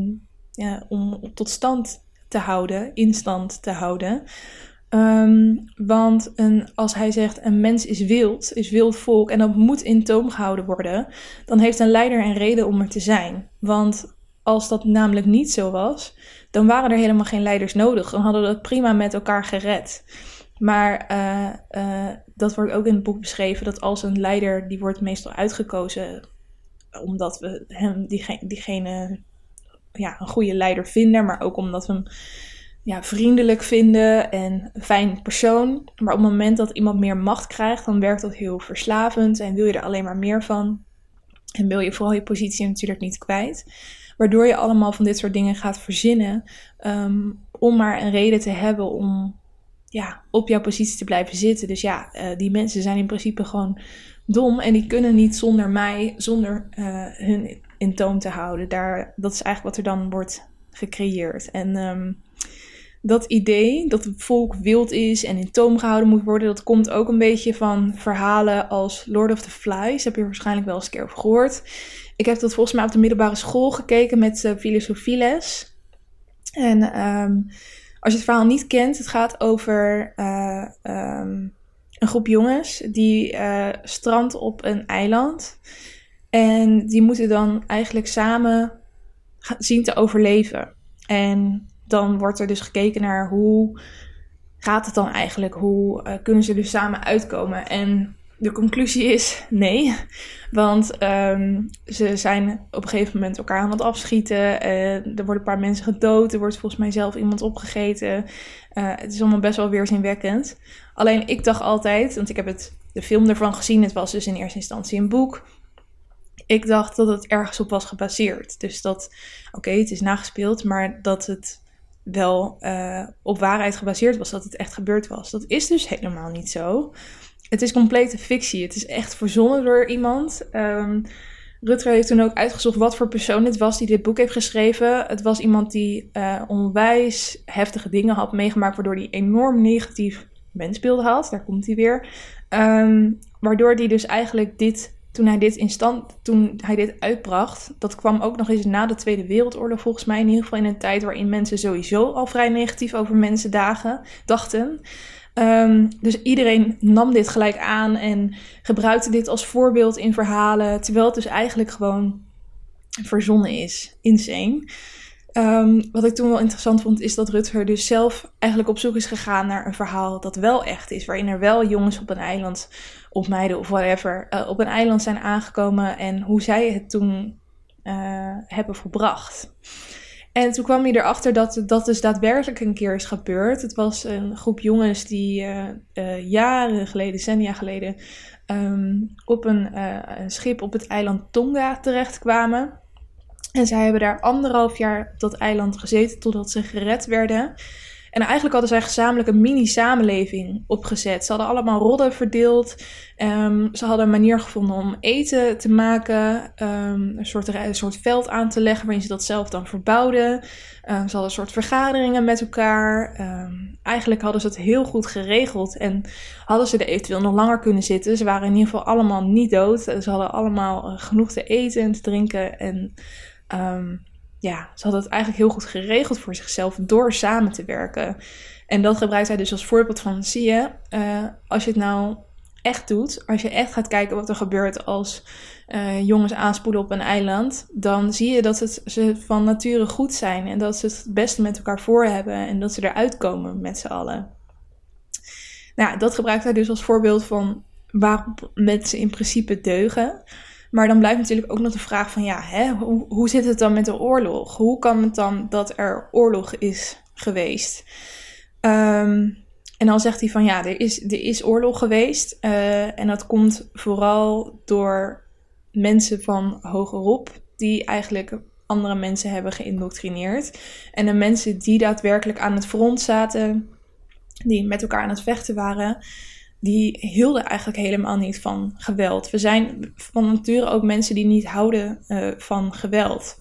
om tot stand te houden, in stand te houden. Want als hij zegt, een mens is wild volk en dat moet in toom gehouden worden, dan heeft een leider een reden om er te zijn. Want als dat namelijk niet zo was, dan waren er helemaal geen leiders nodig. Dan hadden we dat prima met elkaar gered. Maar dat wordt ook in het boek beschreven, dat als een leider, die wordt meestal uitgekozen omdat we diegene een goede leider vinden, maar ook omdat we hem vriendelijk vinden en een fijn persoon. Maar op het moment dat iemand meer macht krijgt, dan werkt dat heel verslavend en wil je er alleen maar meer van. En wil je vooral je positie natuurlijk niet kwijt. Waardoor je allemaal van dit soort dingen gaat verzinnen om maar een reden te hebben om op jouw positie te blijven zitten. Dus die mensen zijn in principe gewoon dom en die kunnen niet zonder mij, zonder hun in toom te houden. Dat is eigenlijk wat er dan wordt gecreëerd. En dat idee dat het volk wild is en in toom gehouden moet worden, dat komt ook een beetje van verhalen als Lord of the Flies. Heb je waarschijnlijk wel eens een keer over gehoord. Ik heb dat volgens mij op de middelbare school gekeken met filosofieles. En als je het verhaal niet kent, het gaat over een groep jongens die strandt op een eiland. En die moeten dan eigenlijk samen zien te overleven. En dan wordt er dus gekeken naar hoe gaat het dan eigenlijk? Hoe kunnen ze er samen uitkomen? En de conclusie is nee. Want ze zijn op een gegeven moment elkaar aan het afschieten. Er worden een paar mensen gedood. Er wordt volgens mij zelf iemand opgegeten. Het is allemaal best wel weerzinwekkend. Alleen ik dacht altijd, want ik heb de film ervan gezien. Het was dus in eerste instantie een boek. Ik dacht dat het ergens op was gebaseerd. Dus dat, het is nagespeeld, maar dat het wel op waarheid gebaseerd was. Dat het echt gebeurd was. Dat is dus helemaal niet zo. het is complete fictie. Het is echt verzonnen door iemand. Rutger heeft toen ook uitgezocht wat voor persoon het was die dit boek heeft geschreven. Het was iemand die onwijs heftige dingen had meegemaakt, waardoor hij enorm negatief mensbeelden had. Daar komt hij weer. Waardoor hij dus eigenlijk toen hij dit uitbracht, dat kwam ook nog eens na de Tweede Wereldoorlog volgens mij, in ieder geval in een tijd waarin mensen sowieso al vrij negatief over mensen dachten. Dus iedereen nam dit gelijk aan en gebruikte dit als voorbeeld in verhalen, terwijl het dus eigenlijk gewoon verzonnen is. Insane. Wat ik toen wel interessant vond, is dat Rutger dus zelf eigenlijk op zoek is gegaan naar een verhaal dat wel echt is. Waarin er wel jongens op een eiland, of meiden of whatever, op een eiland zijn aangekomen en hoe zij het toen hebben volbracht. En toen kwam hij erachter dat dat dus daadwerkelijk een keer is gebeurd. Het was een groep jongens die decennia geleden, op een schip op het eiland Tonga terechtkwamen. En zij hebben daar 1,5 jaar op dat eiland gezeten totdat ze gered werden. En eigenlijk hadden zij gezamenlijk een mini-samenleving opgezet. Ze hadden allemaal rodden verdeeld. Ze hadden een manier gevonden om eten te maken. Een soort veld aan te leggen waarin ze dat zelf dan verbouwden. Ze hadden een soort vergaderingen met elkaar. Eigenlijk hadden ze het heel goed geregeld. En hadden ze er eventueel nog langer kunnen zitten. Ze waren in ieder geval allemaal niet dood. Ze hadden allemaal genoeg te eten en te drinken. En ze hadden het eigenlijk heel goed geregeld voor zichzelf door samen te werken. En dat gebruikt hij dus als voorbeeld van, zie je, als je het nou echt doet, als je echt gaat kijken wat er gebeurt als jongens aanspoelen op een eiland, dan zie je dat ze van nature goed zijn en dat ze het beste met elkaar voor hebben en dat ze eruit komen met z'n allen. Nou, dat gebruikt hij dus als voorbeeld van waarom mensen in principe deugen. Maar dan blijft natuurlijk ook nog de vraag van, hoe zit het dan met de oorlog? Hoe kan het dan dat er oorlog is geweest? En dan zegt hij van, er is oorlog geweest. En dat komt vooral door mensen van hogerop die eigenlijk andere mensen hebben geïndoctrineerd. En de mensen die daadwerkelijk aan het front zaten, die met elkaar aan het vechten waren, die hielden eigenlijk helemaal niet van geweld. We zijn van nature ook mensen die niet houden van geweld.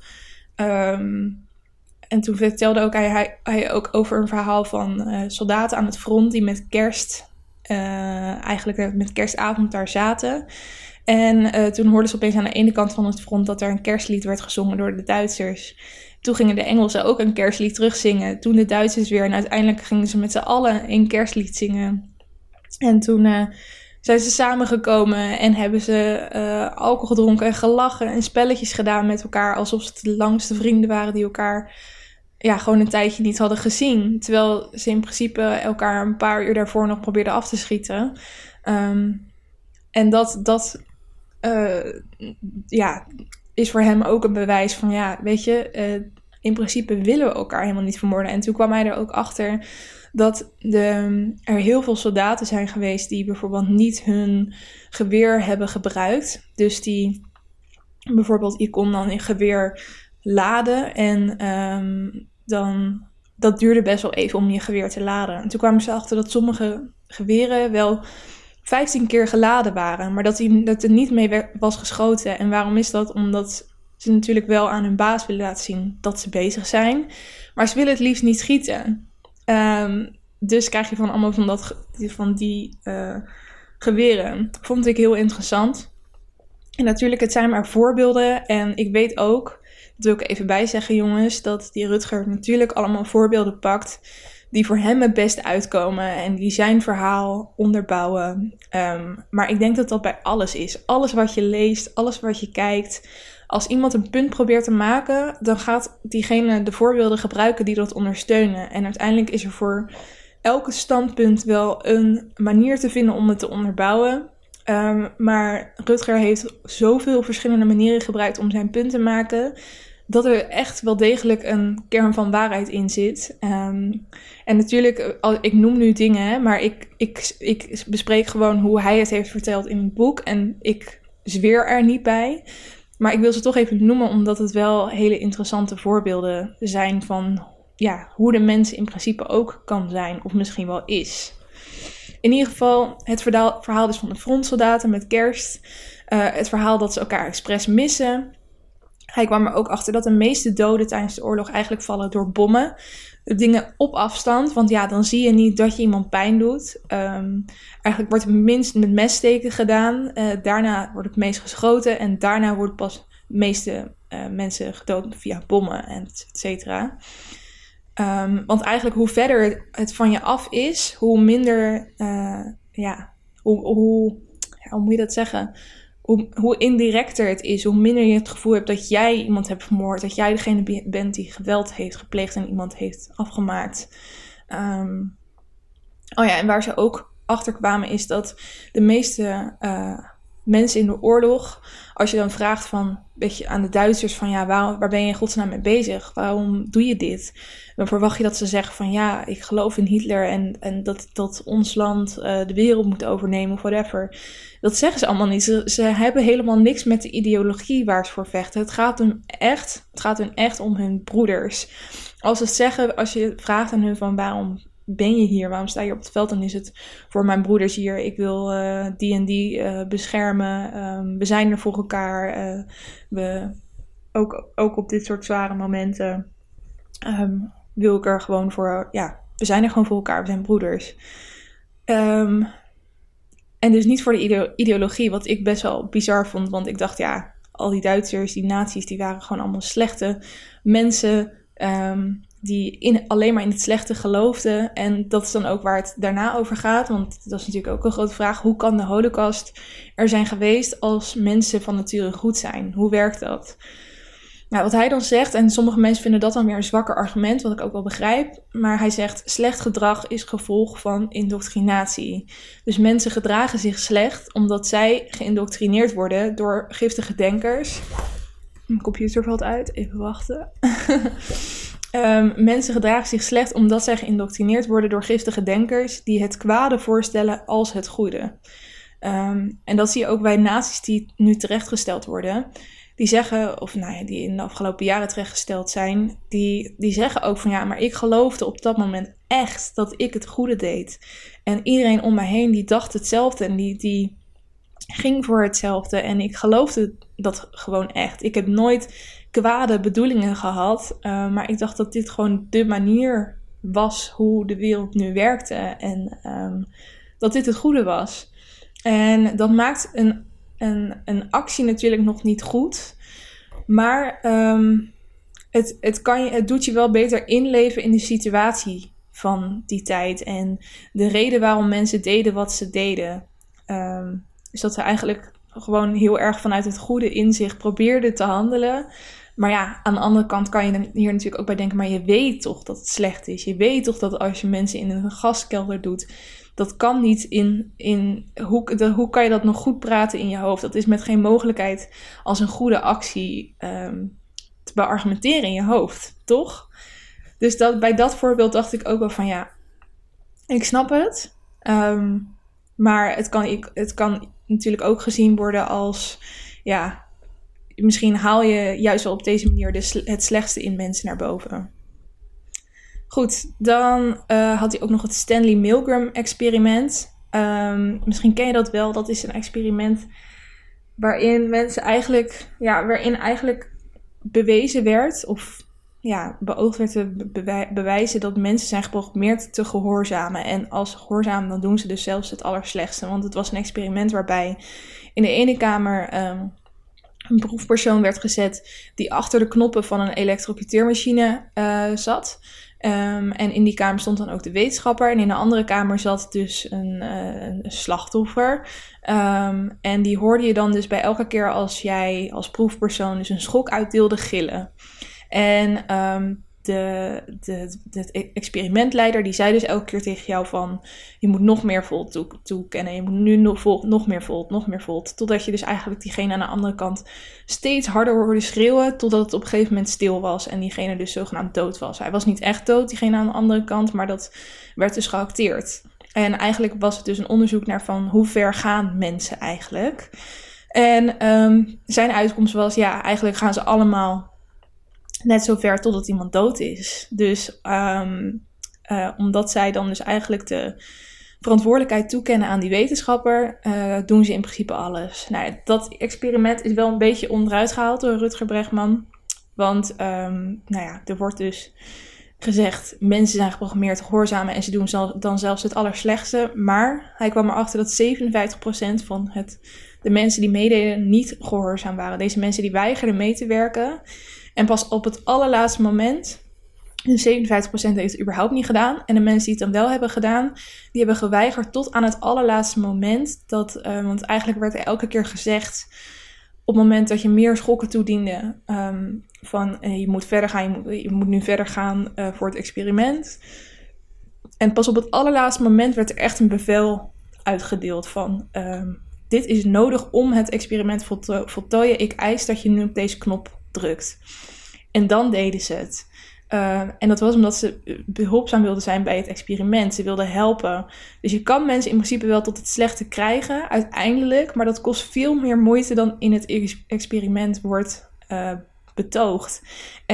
En toen vertelde ook hij ook over een verhaal van soldaten aan het front die met met kerstavond daar zaten. En toen hoorden ze opeens aan de ene kant van het front dat er een kerstlied werd gezongen door de Duitsers. Toen gingen de Engelsen ook een kerstlied terugzingen. Toen de Duitsers weer. En uiteindelijk gingen ze met z'n allen een kerstlied zingen. En toen zijn ze samengekomen en hebben ze alcohol gedronken en gelachen en spelletjes gedaan met elkaar. Alsof ze de langste vrienden waren die elkaar gewoon een tijdje niet hadden gezien. Terwijl ze in principe elkaar een paar uur daarvoor nog probeerden af te schieten. En dat is voor hem ook een bewijs van, in principe willen we elkaar helemaal niet vermoorden. En toen kwam hij er ook achter dat er heel veel soldaten zijn geweest die bijvoorbeeld niet hun geweer hebben gebruikt. Dus die bijvoorbeeld, je kon dan een geweer laden en dat duurde best wel even om je geweer te laden. En toen kwamen ze achter dat sommige geweren wel 15 keer geladen waren, maar dat er niet mee was geschoten. En waarom is dat? Omdat ze natuurlijk wel aan hun baas willen laten zien dat ze bezig zijn, maar ze willen het liefst niet schieten. Dus krijg je allemaal van die geweren. Vond ik heel interessant. En natuurlijk, het zijn maar voorbeelden. En ik weet ook, dat wil ik even bijzeggen jongens, dat die Rutger natuurlijk allemaal voorbeelden pakt die voor hem het beste uitkomen en die zijn verhaal onderbouwen. Maar ik denk dat dat bij alles is. Alles wat je leest, alles wat je kijkt. Als iemand een punt probeert te maken, dan gaat diegene de voorbeelden gebruiken die dat ondersteunen. En uiteindelijk is er voor elke standpunt wel een manier te vinden om het te onderbouwen. Maar Rutger heeft zoveel verschillende manieren gebruikt om zijn punt te maken, dat er echt wel degelijk een kern van waarheid in zit. En natuurlijk, ik noem nu dingen, maar ik bespreek gewoon hoe hij het heeft verteld in het boek. En ik zweer er niet bij. Maar ik wil ze toch even noemen, omdat het wel hele interessante voorbeelden zijn van hoe de mens in principe ook kan zijn, of misschien wel is. In ieder geval het verhaal dus van de frontsoldaten met kerst. Het verhaal dat ze elkaar expres missen. Hij kwam er ook achter dat de meeste doden tijdens de oorlog eigenlijk vallen door bommen. Dingen op afstand, want ja, dan zie je niet dat je iemand pijn doet. Eigenlijk wordt het minst met messteken gedaan. Daarna wordt het meest geschoten en daarna wordt pas de meeste mensen gedood via bommen, et cetera. Want eigenlijk hoe verder het van je af is, hoe minder, hoe moet je dat zeggen? Hoe indirecter het is, hoe minder je het gevoel hebt dat jij iemand hebt vermoord. Dat jij degene bent die geweld heeft gepleegd en iemand heeft afgemaakt. En waar ze ook achter kwamen is dat de meeste mensen in de oorlog, als je dan vraagt van, een beetje aan de Duitsers van ja, waar ben je in godsnaam mee bezig? Waarom doe je dit? Dan verwacht je dat ze zeggen van ja, ik geloof in Hitler en dat ons land de wereld moet overnemen of whatever. Dat zeggen ze allemaal niet. Ze hebben helemaal niks met de ideologie waar ze voor vechten. Het gaat hun echt om hun broeders. Als ze zeggen, als je vraagt aan hun van waarom ben je hier? Waarom sta je hier op het veld? Dan is het voor mijn broeders hier. Ik wil die en die beschermen. We zijn er voor elkaar. We ook op dit soort zware momenten wil ik er gewoon voor. Ja, we zijn er gewoon voor elkaar. We zijn broeders. En dus niet voor de ideologie, wat ik best wel bizar vond. Want ik dacht, ja, al die Duitsers, die nazi's, die waren gewoon allemaal slechte mensen. Die alleen maar in het slechte geloofden. En dat is dan ook waar het daarna over gaat. Want dat is natuurlijk ook een grote vraag. Hoe kan de Holocaust er zijn geweest als mensen van nature goed zijn? Hoe werkt dat? Nou, wat hij dan zegt, en sommige mensen vinden dat dan weer een zwakker argument, wat ik ook wel begrijp. Maar hij zegt, slecht gedrag is gevolg van indoctrinatie. Dus mensen gedragen zich slecht omdat zij geïndoctrineerd worden door giftige denkers. Mijn computer valt uit, even wachten. Mensen gedragen zich slecht omdat zij geïndoctrineerd worden door giftige denkers die het kwade voorstellen als het goede. En dat zie je ook bij nazi's die nu terechtgesteld worden. Die zeggen, of nou ja, die in de afgelopen jaren terechtgesteld zijn, die zeggen ook van ja, maar ik geloofde op dat moment echt dat ik het goede deed. En iedereen om mij heen die dacht hetzelfde en die ging voor hetzelfde. En ik geloofde dat gewoon echt. Ik heb nooit kwade bedoelingen gehad, maar ik dacht dat dit gewoon de manier was hoe de wereld nu werkte en dat dit het goede was. En dat maakt een actie natuurlijk nog niet goed, maar het doet je wel beter inleven in de situatie van die tijd en de reden waarom mensen deden wat ze deden. Dus dat ze eigenlijk gewoon heel erg vanuit het goede inzicht probeerden te handelen. Maar ja, aan de andere kant kan je hier natuurlijk ook bij denken, maar je weet toch dat het slecht is. Je weet toch dat als je mensen in een gaskelder doet, dat kan niet hoe kan je dat nog goed praten in je hoofd? Dat is met geen mogelijkheid als een goede actie te beargumenteren in je hoofd, toch? Dus bij dat voorbeeld dacht ik ook wel van ja, ik snap het. Maar het kan natuurlijk ook gezien worden als ja, misschien haal je juist wel op deze manier het slechtste in mensen naar boven. Goed, dan had hij ook nog het Stanley Milgram-experiment. Misschien ken je dat wel. Dat is een experiment waarin mensen eigenlijk bewezen werd, of ja, beoogd werd te bewijzen dat mensen zijn geprogrammeerd te gehoorzamen. En als ze gehoorzamen, dan doen ze dus zelfs het allerslechtste. Want het was een experiment waarbij in de ene kamer een proefpersoon werd gezet die achter de knoppen van een elektrocuteermachine zat. En in die kamer stond dan ook de wetenschapper. En in de andere kamer zat dus een slachtoffer. En die hoorde je dan dus bij elke keer als jij als proefpersoon dus een schok uitdeelde gillen. En de experimentleider die zei dus elke keer tegen jou van je moet nog meer volt toekennen. Je moet nu nog meer volt. Totdat je dus eigenlijk diegene aan de andere kant steeds harder hoorde schreeuwen. Totdat het op een gegeven moment stil was. En diegene dus zogenaamd dood was. Hij was niet echt dood, diegene aan de andere kant. Maar dat werd dus geacteerd. En eigenlijk was het dus een onderzoek naar van hoe ver gaan mensen eigenlijk. En zijn uitkomst was ja, eigenlijk gaan ze allemaal net zo ver totdat iemand dood is. Dus omdat zij dan dus eigenlijk verantwoordelijkheid toekennen aan die wetenschapper, doen ze in principe alles. Nou, dat experiment is wel een beetje onderuit gehaald door Rutger Bregman. Want er wordt dus gezegd, mensen zijn geprogrammeerd te gehoorzamen en ze doen dan zelfs het allerslechtste. Maar hij kwam erachter dat 57% van de mensen die meededen niet gehoorzaam waren. Deze mensen die weigerden mee te werken. En pas op het allerlaatste moment, 57% heeft het überhaupt niet gedaan. En de mensen die het dan wel hebben gedaan, die hebben geweigerd tot aan het allerlaatste moment. Want eigenlijk werd er elke keer gezegd, op het moment dat je meer schokken toediende, van je moet verder gaan, je moet nu verder gaan voor het experiment. En pas op het allerlaatste moment werd er echt een bevel uitgedeeld van, dit is nodig om het experiment te voltooien. Ik eis dat je nu op deze knop drukt. En dan deden ze het. En dat was omdat ze behulpzaam wilden zijn bij het experiment. Ze wilden helpen. Dus je kan mensen in principe wel tot het slechte krijgen, uiteindelijk. Maar dat kost veel meer moeite dan in het experiment wordt betoogd.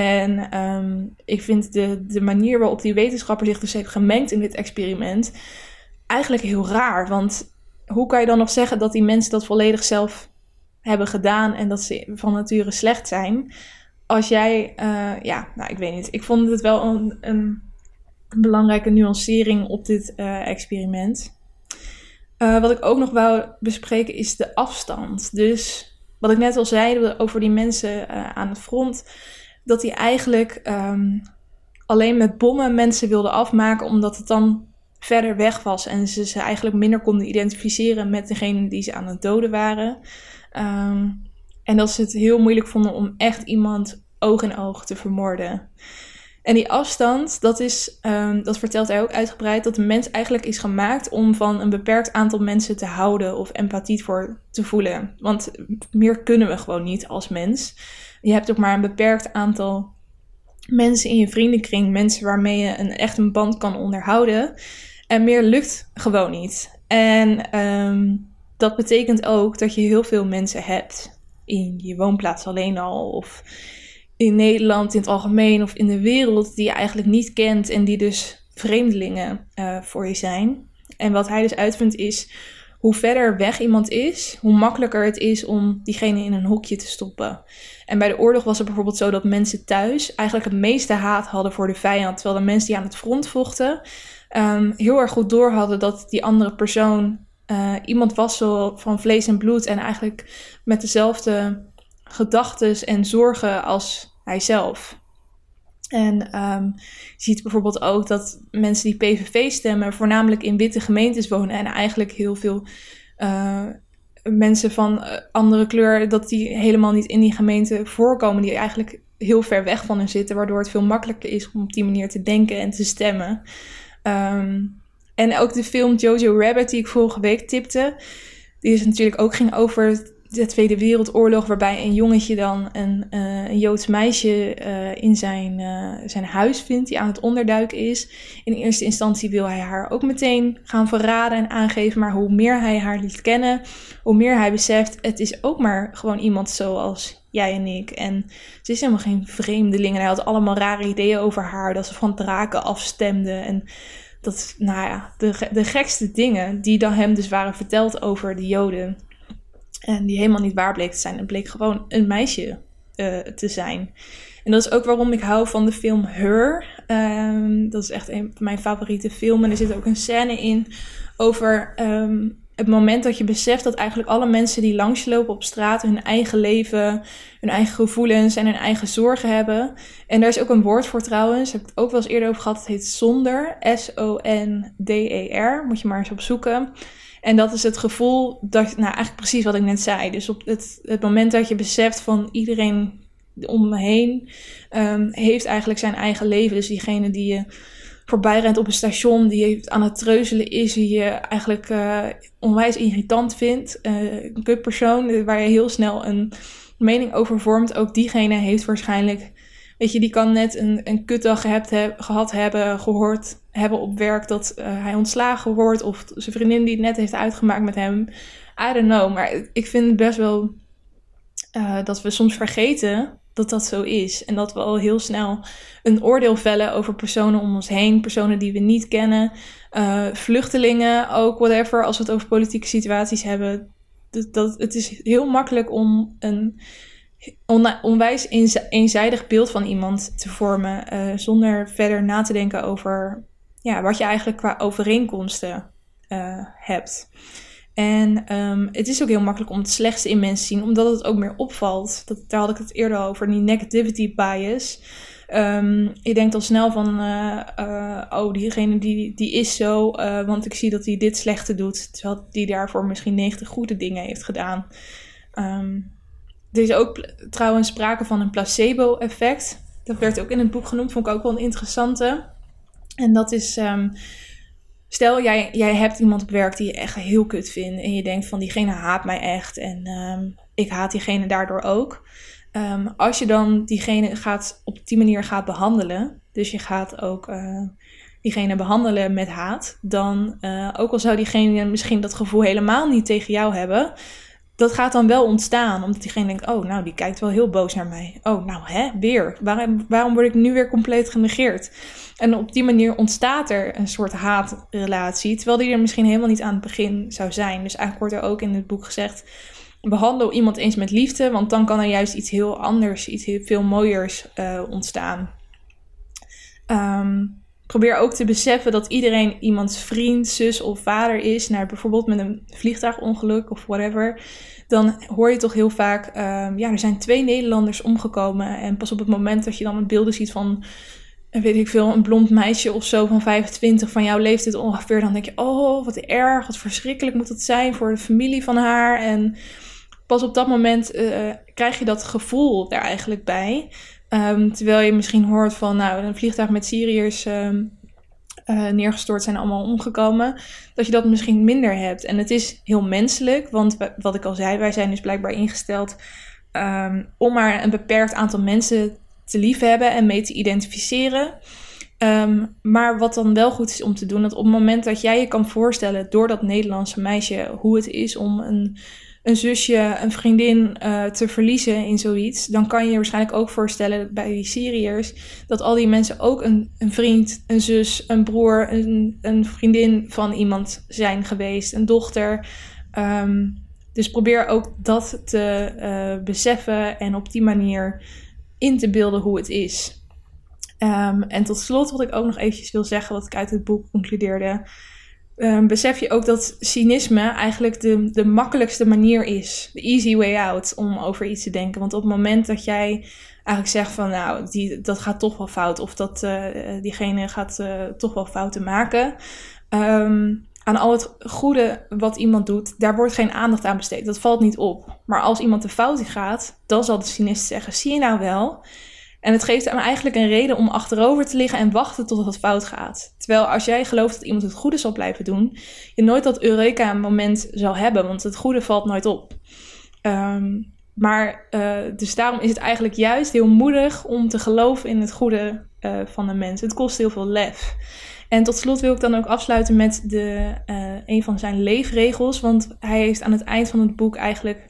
En ik vind de manier waarop die wetenschapper zich dus heeft gemengd in dit experiment eigenlijk heel raar. Want hoe kan je dan nog zeggen dat die mensen dat volledig zelf hebben gedaan en dat ze van nature slecht zijn? Als jij, ik weet niet. Ik vond het wel een belangrijke nuancering op dit experiment. Wat ik ook nog wou bespreken is de afstand. Dus wat ik net al zei over die mensen aan het front, dat die eigenlijk alleen met bommen mensen wilden afmaken, omdat het dan verder weg was en ze eigenlijk minder konden identificeren met degene die ze aan het doden waren. En dat ze het heel moeilijk vonden om echt iemand oog in oog te vermoorden. En die afstand, dat vertelt hij ook uitgebreid, dat de mens eigenlijk is gemaakt om van een beperkt aantal mensen te houden of empathie voor te voelen. Want meer kunnen we gewoon niet als mens. Je hebt ook maar een beperkt aantal mensen in je vriendenkring, mensen waarmee je echt een band kan onderhouden. En meer lukt gewoon niet. En dat betekent ook dat je heel veel mensen hebt in je woonplaats alleen al, of in Nederland in het algemeen, of in de wereld, die je eigenlijk niet kent en die dus vreemdelingen voor je zijn. En wat hij dus uitvindt is, hoe verder weg iemand is, hoe makkelijker het is om diegene in een hokje te stoppen. En bij de oorlog was het bijvoorbeeld zo dat mensen thuis eigenlijk het meeste haat hadden voor de vijand, terwijl de mensen die aan het front vochten heel erg goed door hadden dat die andere persoon iemand was zo van vlees en bloed en eigenlijk met dezelfde gedachtes en zorgen als hij zelf. En je ziet bijvoorbeeld ook dat mensen die PVV stemmen voornamelijk in witte gemeentes wonen en eigenlijk heel veel mensen van andere kleur, dat die helemaal niet in die gemeente voorkomen, die eigenlijk heel ver weg van hen zitten, waardoor het veel makkelijker is om op die manier te denken en te stemmen. En ook de film Jojo Rabbit, die ik vorige week tipte, die is natuurlijk ook ging over de Tweede Wereldoorlog, waarbij een jongetje dan een Joods meisje in zijn huis vindt, die aan het onderduiken is. In eerste instantie wil hij haar ook meteen gaan verraden en aangeven, maar hoe meer hij haar liet kennen, hoe meer hij beseft, het is ook maar gewoon iemand zoals jij en ik. En ze is helemaal geen vreemdeling. En hij had allemaal rare ideeën over haar, dat ze van draken afstemde en dat, de gekste dingen die dan hem dus waren verteld over de Joden. En die helemaal niet waar bleek te zijn. Het bleek gewoon een meisje te zijn. En dat is ook waarom ik hou van de film Her. Dat is echt een van mijn favoriete films. En er zit ook een scène in over het moment dat je beseft dat eigenlijk alle mensen die langs je lopen op straat hun eigen leven, hun eigen gevoelens en hun eigen zorgen hebben. En daar is ook een woord voor trouwens. Daar heb ik het ook wel eens eerder over gehad. Het heet zonder. S-O-N-D-E-R. Moet je maar eens opzoeken. En dat is het gevoel dat, eigenlijk precies wat ik net zei. Dus op het moment dat je beseft van iedereen om me heen heeft eigenlijk zijn eigen leven. Dus diegene die je voorbij rent op een station, die aan het treuzelen is, die je eigenlijk onwijs irritant vindt. Een kutpersoon waar je heel snel een mening over vormt. Ook diegene heeft waarschijnlijk, weet je, die kan net een kutdag gehoord hebben op werk dat hij ontslagen wordt. Of zijn vriendin die het net heeft uitgemaakt met hem. I don't know. Maar ik vind het best wel dat we soms vergeten dat zo is. En dat we al heel snel een oordeel vellen over personen om ons heen. Personen die we niet kennen. Vluchtelingen ook, whatever. Als we het over politieke situaties hebben. Het is heel makkelijk om een onwijs eenzijdig beeld van iemand te vormen. Zonder verder na te denken over wat je eigenlijk qua overeenkomsten hebt. En het is ook heel makkelijk om het slechtste in mensen te zien, omdat het ook meer opvalt. Daar had ik het eerder over, die negativity bias. Je denkt al snel van, diegene die is zo, want ik zie dat hij dit slechte doet, terwijl die daarvoor misschien 90 goede dingen heeft gedaan. Er is ook trouwens sprake van een placebo-effect. Dat werd ook in het boek genoemd, vond ik ook wel een interessante. En dat is, stel jij hebt iemand op werk die je echt heel kut vindt en je denkt van diegene haat mij echt en ik haat diegene daardoor ook. Als je dan diegene op die manier gaat behandelen, dus je gaat ook diegene behandelen met haat, dan ook al zou diegene misschien dat gevoel helemaal niet tegen jou hebben, dat gaat dan wel ontstaan, omdat diegene denkt, oh, nou, die kijkt wel heel boos naar mij. Oh, nou, weer? Waarom word ik nu weer compleet genegeerd? En op die manier ontstaat er een soort haatrelatie, terwijl die er misschien helemaal niet aan het begin zou zijn. Dus eigenlijk wordt er ook in het boek gezegd, behandel iemand eens met liefde, want dan kan er juist iets heel anders, iets heel veel mooiers ontstaan. Probeer ook te beseffen dat iedereen iemands vriend, zus of vader is. Nou, bijvoorbeeld met een vliegtuigongeluk of whatever. Dan hoor je toch heel vaak, er zijn 2 Nederlanders omgekomen. En pas op het moment dat je dan een beelden ziet van, weet ik veel, een blond meisje of zo van 25 van jouw leeftijd ongeveer. Dan denk je, oh, wat erg, wat verschrikkelijk moet dat zijn voor de familie van haar. En pas op dat moment krijg je dat gevoel daar eigenlijk bij. Terwijl je misschien hoort van, een vliegtuig met Syriërs neergestort zijn allemaal omgekomen. Dat je dat misschien minder hebt. En het is heel menselijk, want wat ik al zei, wij zijn dus blijkbaar ingesteld om maar een beperkt aantal mensen te liefhebben en mee te identificeren. Maar wat dan wel goed is om te doen, dat op het moment dat jij je kan voorstellen door dat Nederlandse meisje hoe het is om een zusje, een vriendin te verliezen in zoiets, dan kan je je waarschijnlijk ook voorstellen bij die Syriërs dat al die mensen ook een vriend, een zus, een broer, een vriendin van iemand zijn geweest, een dochter. Dus probeer ook dat te beseffen en op die manier in te beelden hoe het is. En tot slot wat ik ook nog eventjes wil zeggen, wat ik uit het boek concludeerde. Besef je ook dat cynisme eigenlijk de makkelijkste manier is. De easy way out om over iets te denken. Want op het moment dat jij eigenlijk zegt van dat gaat toch wel fout. Of dat diegene gaat toch wel fouten maken. Aan al het goede wat iemand doet, daar wordt geen aandacht aan besteed. Dat valt niet op. Maar als iemand de fout in gaat, dan zal de cynist zeggen, zie je nou wel? En het geeft hem eigenlijk een reden om achterover te liggen en wachten tot het fout gaat. Terwijl als jij gelooft dat iemand het goede zal blijven doen, je nooit dat Eureka-moment zal hebben, want het goede valt nooit op. Dus daarom is het eigenlijk juist heel moedig om te geloven in het goede van de mens. Het kost heel veel lef. En tot slot wil ik dan ook afsluiten met een van zijn leefregels, want hij heeft aan het eind van het boek eigenlijk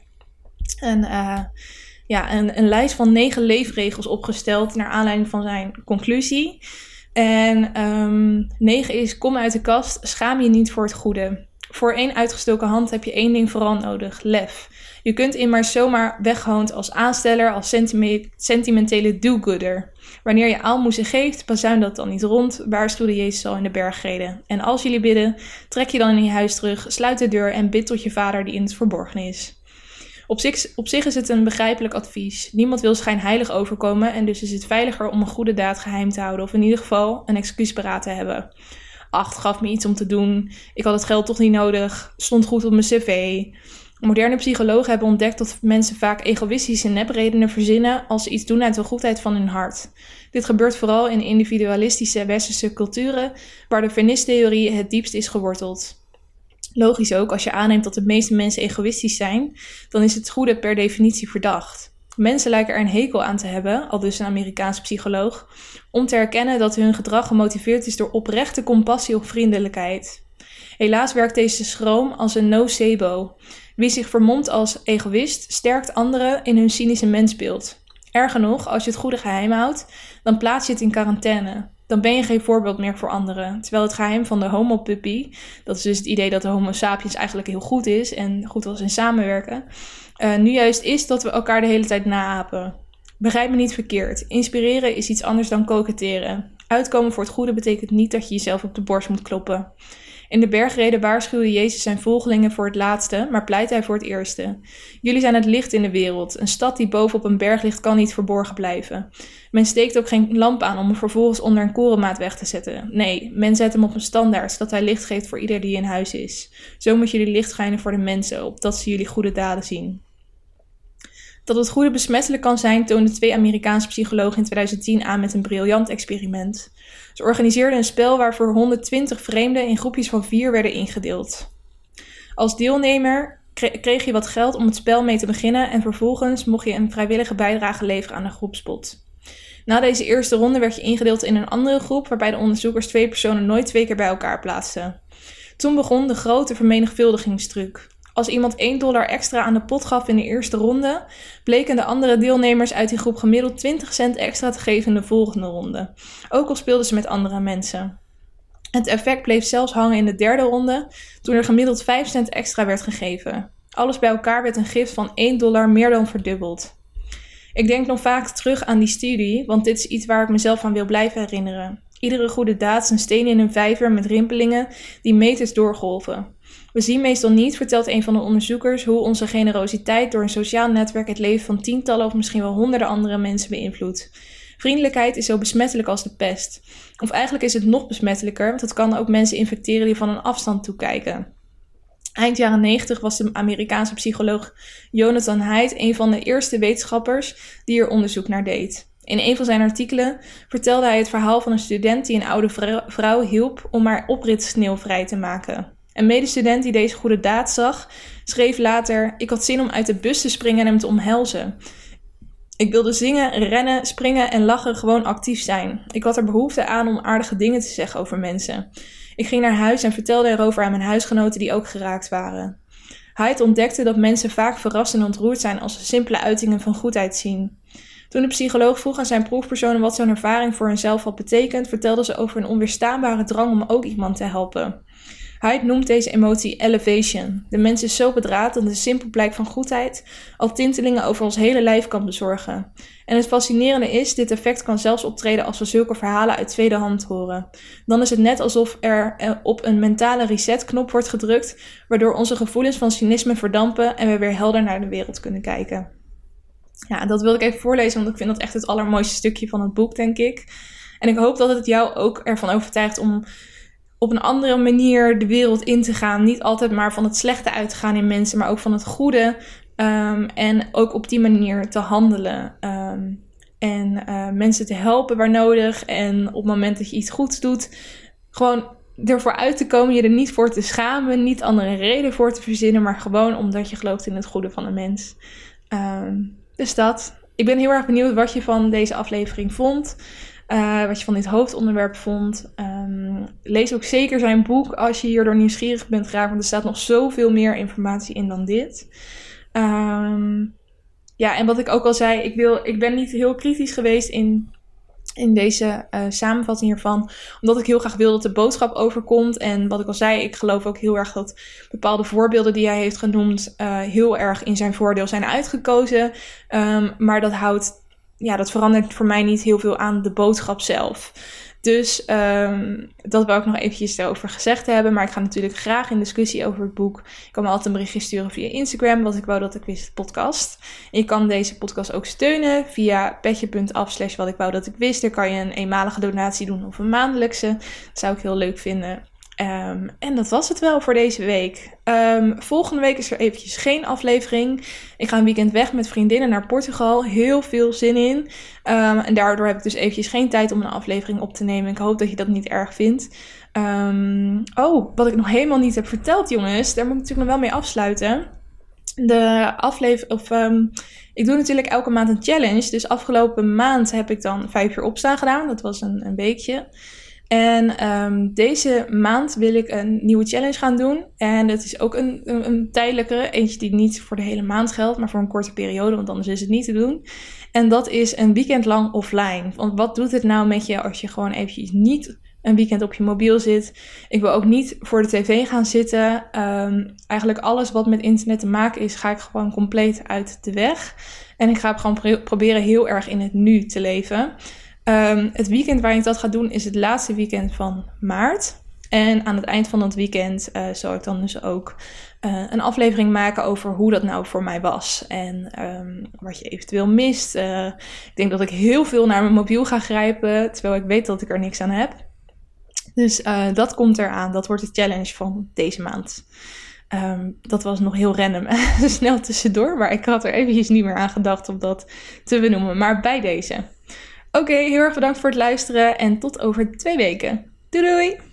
een lijst van 9 leefregels opgesteld naar aanleiding van zijn conclusie. En 9 is, kom uit de kast, schaam je niet voor het goede. Voor 1 uitgestoken hand heb je 1 ding vooral nodig, lef. Je kunt immers zomaar weggehoond als aansteller, als sentimentele do-gooder. Wanneer je aalmoezen geeft, bazuin dat dan niet rond, waarschuwde Jezus al in de bergreden. En als jullie bidden, trek je dan in je huis terug, sluit de deur en bid tot je vader die in het verborgen is. Op zich is het een begrijpelijk advies. Niemand wil schijnheilig overkomen en dus is het veiliger om een goede daad geheim te houden of in ieder geval een excuus paraat te hebben. Ach, het gaf me iets om te doen. Ik had het geld toch niet nodig. Stond goed op mijn cv. Moderne psychologen hebben ontdekt dat mensen vaak egoïstische nepredenen verzinnen als ze iets doen uit de goedheid van hun hart. Dit gebeurt vooral in individualistische westerse culturen waar de fairness-theorie het diepst is geworteld. Logisch ook, als je aanneemt dat de meeste mensen egoïstisch zijn, dan is het goede per definitie verdacht. Mensen lijken er een hekel aan te hebben, aldus een Amerikaanse psycholoog, om te erkennen dat hun gedrag gemotiveerd is door oprechte compassie of vriendelijkheid. Helaas werkt deze schroom als een nocebo. Wie zich vermomt als egoïst, sterkt anderen in hun cynische mensbeeld. Erger nog, als je het goede geheim houdt, dan plaats je het in quarantaine. Dan ben je geen voorbeeld meer voor anderen. Terwijl het geheim van de homopuppy, dat is dus het idee dat de homo sapiens eigenlijk heel goed is en goed was in samenwerken, nu juist is dat we elkaar de hele tijd naapen. Begrijp me niet verkeerd. Inspireren is iets anders dan koketteren. Uitkomen voor het goede betekent niet dat je jezelf op de borst moet kloppen. In de bergreden waarschuwde Jezus zijn volgelingen voor het laatste, maar pleit hij voor het eerste. Jullie zijn het licht in de wereld. Een stad die bovenop een berg ligt kan niet verborgen blijven. Men steekt ook geen lamp aan om hem vervolgens onder een korenmaat weg te zetten. Nee, men zet hem op een standaard, zodat hij licht geeft voor ieder die in huis is. Zo moet jullie licht schijnen voor de mensen, opdat ze jullie goede daden zien. Dat het goede besmettelijk kan zijn, toonden 2 Amerikaanse psychologen in 2010 aan met een briljant experiment. Ze organiseerden een spel waarvoor 120 vreemden in groepjes van 4 werden ingedeeld. Als deelnemer kreeg je wat geld om het spel mee te beginnen en vervolgens mocht je een vrijwillige bijdrage leveren aan een groepspot. Na deze eerste ronde werd je ingedeeld in een andere groep waarbij de onderzoekers 2 personen nooit 2 keer bij elkaar plaatsten. Toen begon de grote vermenigvuldigingstruc. Als iemand $1 extra aan de pot gaf in de eerste ronde, bleken de andere deelnemers uit die groep gemiddeld 20 cent extra te geven in de volgende ronde. Ook al speelden ze met andere mensen. Het effect bleef zelfs hangen in de derde ronde, toen er gemiddeld 5 cent extra werd gegeven. Alles bij elkaar werd een gift van $1 meer dan verdubbeld. Ik denk nog vaak terug aan die studie, want dit is iets waar ik mezelf aan wil blijven herinneren. Iedere goede daad is een steen in een vijver met rimpelingen die meters doorgolven. We zien meestal niet, vertelt een van de onderzoekers, hoe onze generositeit door een sociaal netwerk het leven van tientallen of misschien wel honderden andere mensen beïnvloedt. Vriendelijkheid is zo besmettelijk als de pest. Of eigenlijk is het nog besmettelijker, want het kan ook mensen infecteren die van een afstand toekijken. Eind jaren 90 was de Amerikaanse psycholoog Jonathan Haidt een van de eerste wetenschappers die er onderzoek naar deed. In een van zijn artikelen vertelde hij het verhaal van een student die een oude vrouw hielp om haar oprit sneeuwvrij te maken. Een medestudent die deze goede daad zag, schreef later: ik had zin om uit de bus te springen en hem te omhelzen. Ik wilde zingen, rennen, springen en lachen, gewoon actief zijn. Ik had er behoefte aan om aardige dingen te zeggen over mensen. Ik ging naar huis en vertelde erover aan mijn huisgenoten die ook geraakt waren. Haidt ontdekte dat mensen vaak verrast en ontroerd zijn als ze simpele uitingen van goedheid zien. Toen de psycholoog vroeg aan zijn proefpersonen wat zo'n ervaring voor henzelf had betekend, vertelden ze over een onweerstaanbare drang om ook iemand te helpen. Haidt noemt deze emotie elevation. De mens is zo bedraad dat een simpel blijk van goedheid al tintelingen over ons hele lijf kan bezorgen. En het fascinerende is, dit effect kan zelfs optreden als we zulke verhalen uit tweede hand horen. Dan is het net alsof er op een mentale resetknop wordt gedrukt, waardoor onze gevoelens van cynisme verdampen en we weer helder naar de wereld kunnen kijken. Ja, dat wilde ik even voorlezen, want ik vind dat echt het allermooiste stukje van het boek, denk ik. En ik hoop dat het jou ook ervan overtuigt om op een andere manier de wereld in te gaan. Niet altijd maar van het slechte uit te gaan in mensen, maar ook van het goede. En ook op die manier te handelen. En mensen te helpen waar nodig. En op het moment dat je iets goeds doet, gewoon ervoor uit te komen, je er niet voor te schamen, niet andere reden voor te verzinnen, maar gewoon omdat je gelooft in het goede van een mens. Dus dat. Ik ben heel erg benieuwd wat je van deze aflevering vond. Wat je van dit hoofdonderwerp vond. Lees ook zeker zijn boek als je hierdoor nieuwsgierig bent geraakt, want er staat nog zoveel meer informatie in dan dit. Ja, en wat ik ook al zei, ik ben niet heel kritisch geweest in deze samenvatting hiervan, omdat ik heel graag wil dat de boodschap overkomt. En wat ik al zei, ik geloof ook heel erg dat bepaalde voorbeelden die hij heeft genoemd heel erg in zijn voordeel zijn uitgekozen. Maar dat verandert voor mij niet heel veel aan de boodschap zelf. Dus dat wil ik nog eventjes daarover gezegd hebben. Maar ik ga natuurlijk graag in discussie over het boek. Je kan me altijd een berichtje sturen via Instagram, wat ik wou dat ik wist podcast. En je kan deze podcast ook steunen via petje.af/wat ik wou dat ik wist. Daar kan je een eenmalige donatie doen of een maandelijkse. Dat zou ik heel leuk vinden. En dat was het wel voor deze week. Volgende week is er eventjes geen aflevering. Ik ga een weekend weg met vriendinnen naar Portugal. Heel veel zin in. En daardoor heb ik dus eventjes geen tijd om een aflevering op te nemen. Ik hoop dat je dat niet erg vindt. Wat ik nog helemaal niet heb verteld, jongens. Daar moet ik natuurlijk nog wel mee afsluiten. Ik doe natuurlijk elke maand een challenge. Dus afgelopen maand heb ik dan 5 uur opstaan gedaan. Dat was een weekje. En deze maand wil ik een nieuwe challenge gaan doen. En dat is ook een tijdelijke. Eentje die niet voor de hele maand geldt, maar voor een korte periode. Want anders is het niet te doen. En dat is een weekend lang offline. Want wat doet het nou met je als je gewoon eventjes niet een weekend op je mobiel zit? Ik wil ook niet voor de tv gaan zitten. Eigenlijk alles wat met internet te maken is, ga ik gewoon compleet uit de weg. En ik ga gewoon proberen heel erg in het nu te leven. Het weekend waarin ik dat ga doen is het laatste weekend van maart. En aan het eind van dat weekend zal ik dan dus ook een aflevering maken over hoe dat nou voor mij was. En wat je eventueel mist. Ik denk dat ik heel veel naar mijn mobiel ga grijpen, terwijl ik weet dat ik er niks aan heb. Dus dat komt eraan. Dat wordt de challenge van deze maand. Dat was nog heel random. Snel tussendoor. Maar ik had er eventjes niet meer aan gedacht om dat te benoemen. Maar bij deze. Oké, heel erg bedankt voor het luisteren. En tot over 2 weken. Doei doei!